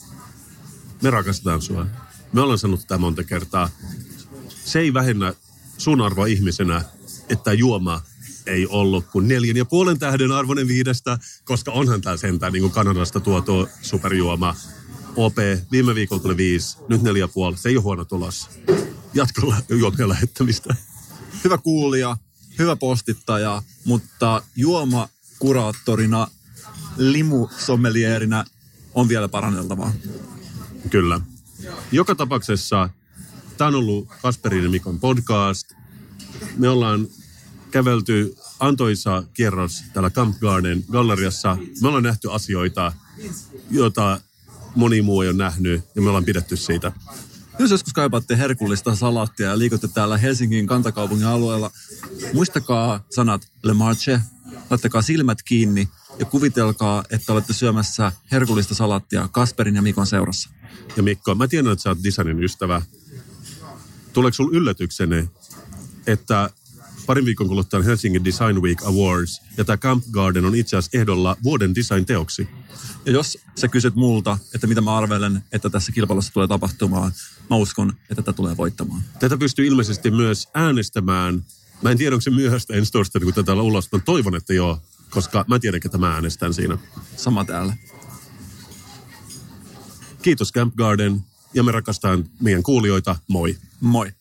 me rakastetaan sua. Me ollaan sanonut tätä monta kertaa. Se ei vähennä sun arvoa ihmisenä, että juoma ei ollut kuin 4,5 tähden arvoinen 5, koska onhan tää sentään niin kuin Kanadasta tuotu superjuoma. OP, viime viikolla tuli 5, nyt 4,5. Se ei ole huono tulos. Jatkolla juomien lähettämistä. Hyvä kuulija, hyvä postittaja, mutta juomakuraattorina, limusommelierinä on vielä paranneltavaa. Kyllä. Joka tapauksessa tämä on ollut Kasperin ja Mikon podcast. Me ollaan kävelty antoisa kierros täällä Camp Garden galleriassa. Me ollaan nähty asioita, joita moni muu ei ole nähnyt, ja me ollaan pidetty siitä. Jos joskus kaipaatte herkullista salaattia ja liikutte täällä Helsingin kantakaupungin alueella, muistakaa sanat Le Marche, laittakaa silmät kiinni ja kuvitelkaa, että olette syömässä herkullista salaattia Kasperin ja Mikon seurassa. Ja Mikko, mä tiedän, että sä oot designin ystävä. Tuleeko sulla yllätykseni, että parin viikon kuluttua on Helsingin Design Week Awards, ja tämä Camp Garden on itse asiassa ehdolla vuoden design-teoksi. Ja jos sä kysyt multa, että mitä mä arvelen, että tässä kilpailussa tulee tapahtumaan, mä uskon, että tätä tulee voittamaan. Tätä pystyy ilmeisesti myös äänestämään. Mä en tiedä, onko se myöhäistä ensi torstaina, kun tätä ulos. Mä toivon, että joo, koska mä tiedän, että mä äänestän siinä. Sama täällä. Kiitos Camp Garden, ja me rakastaan meidän kuulijoita. Moi. Moi.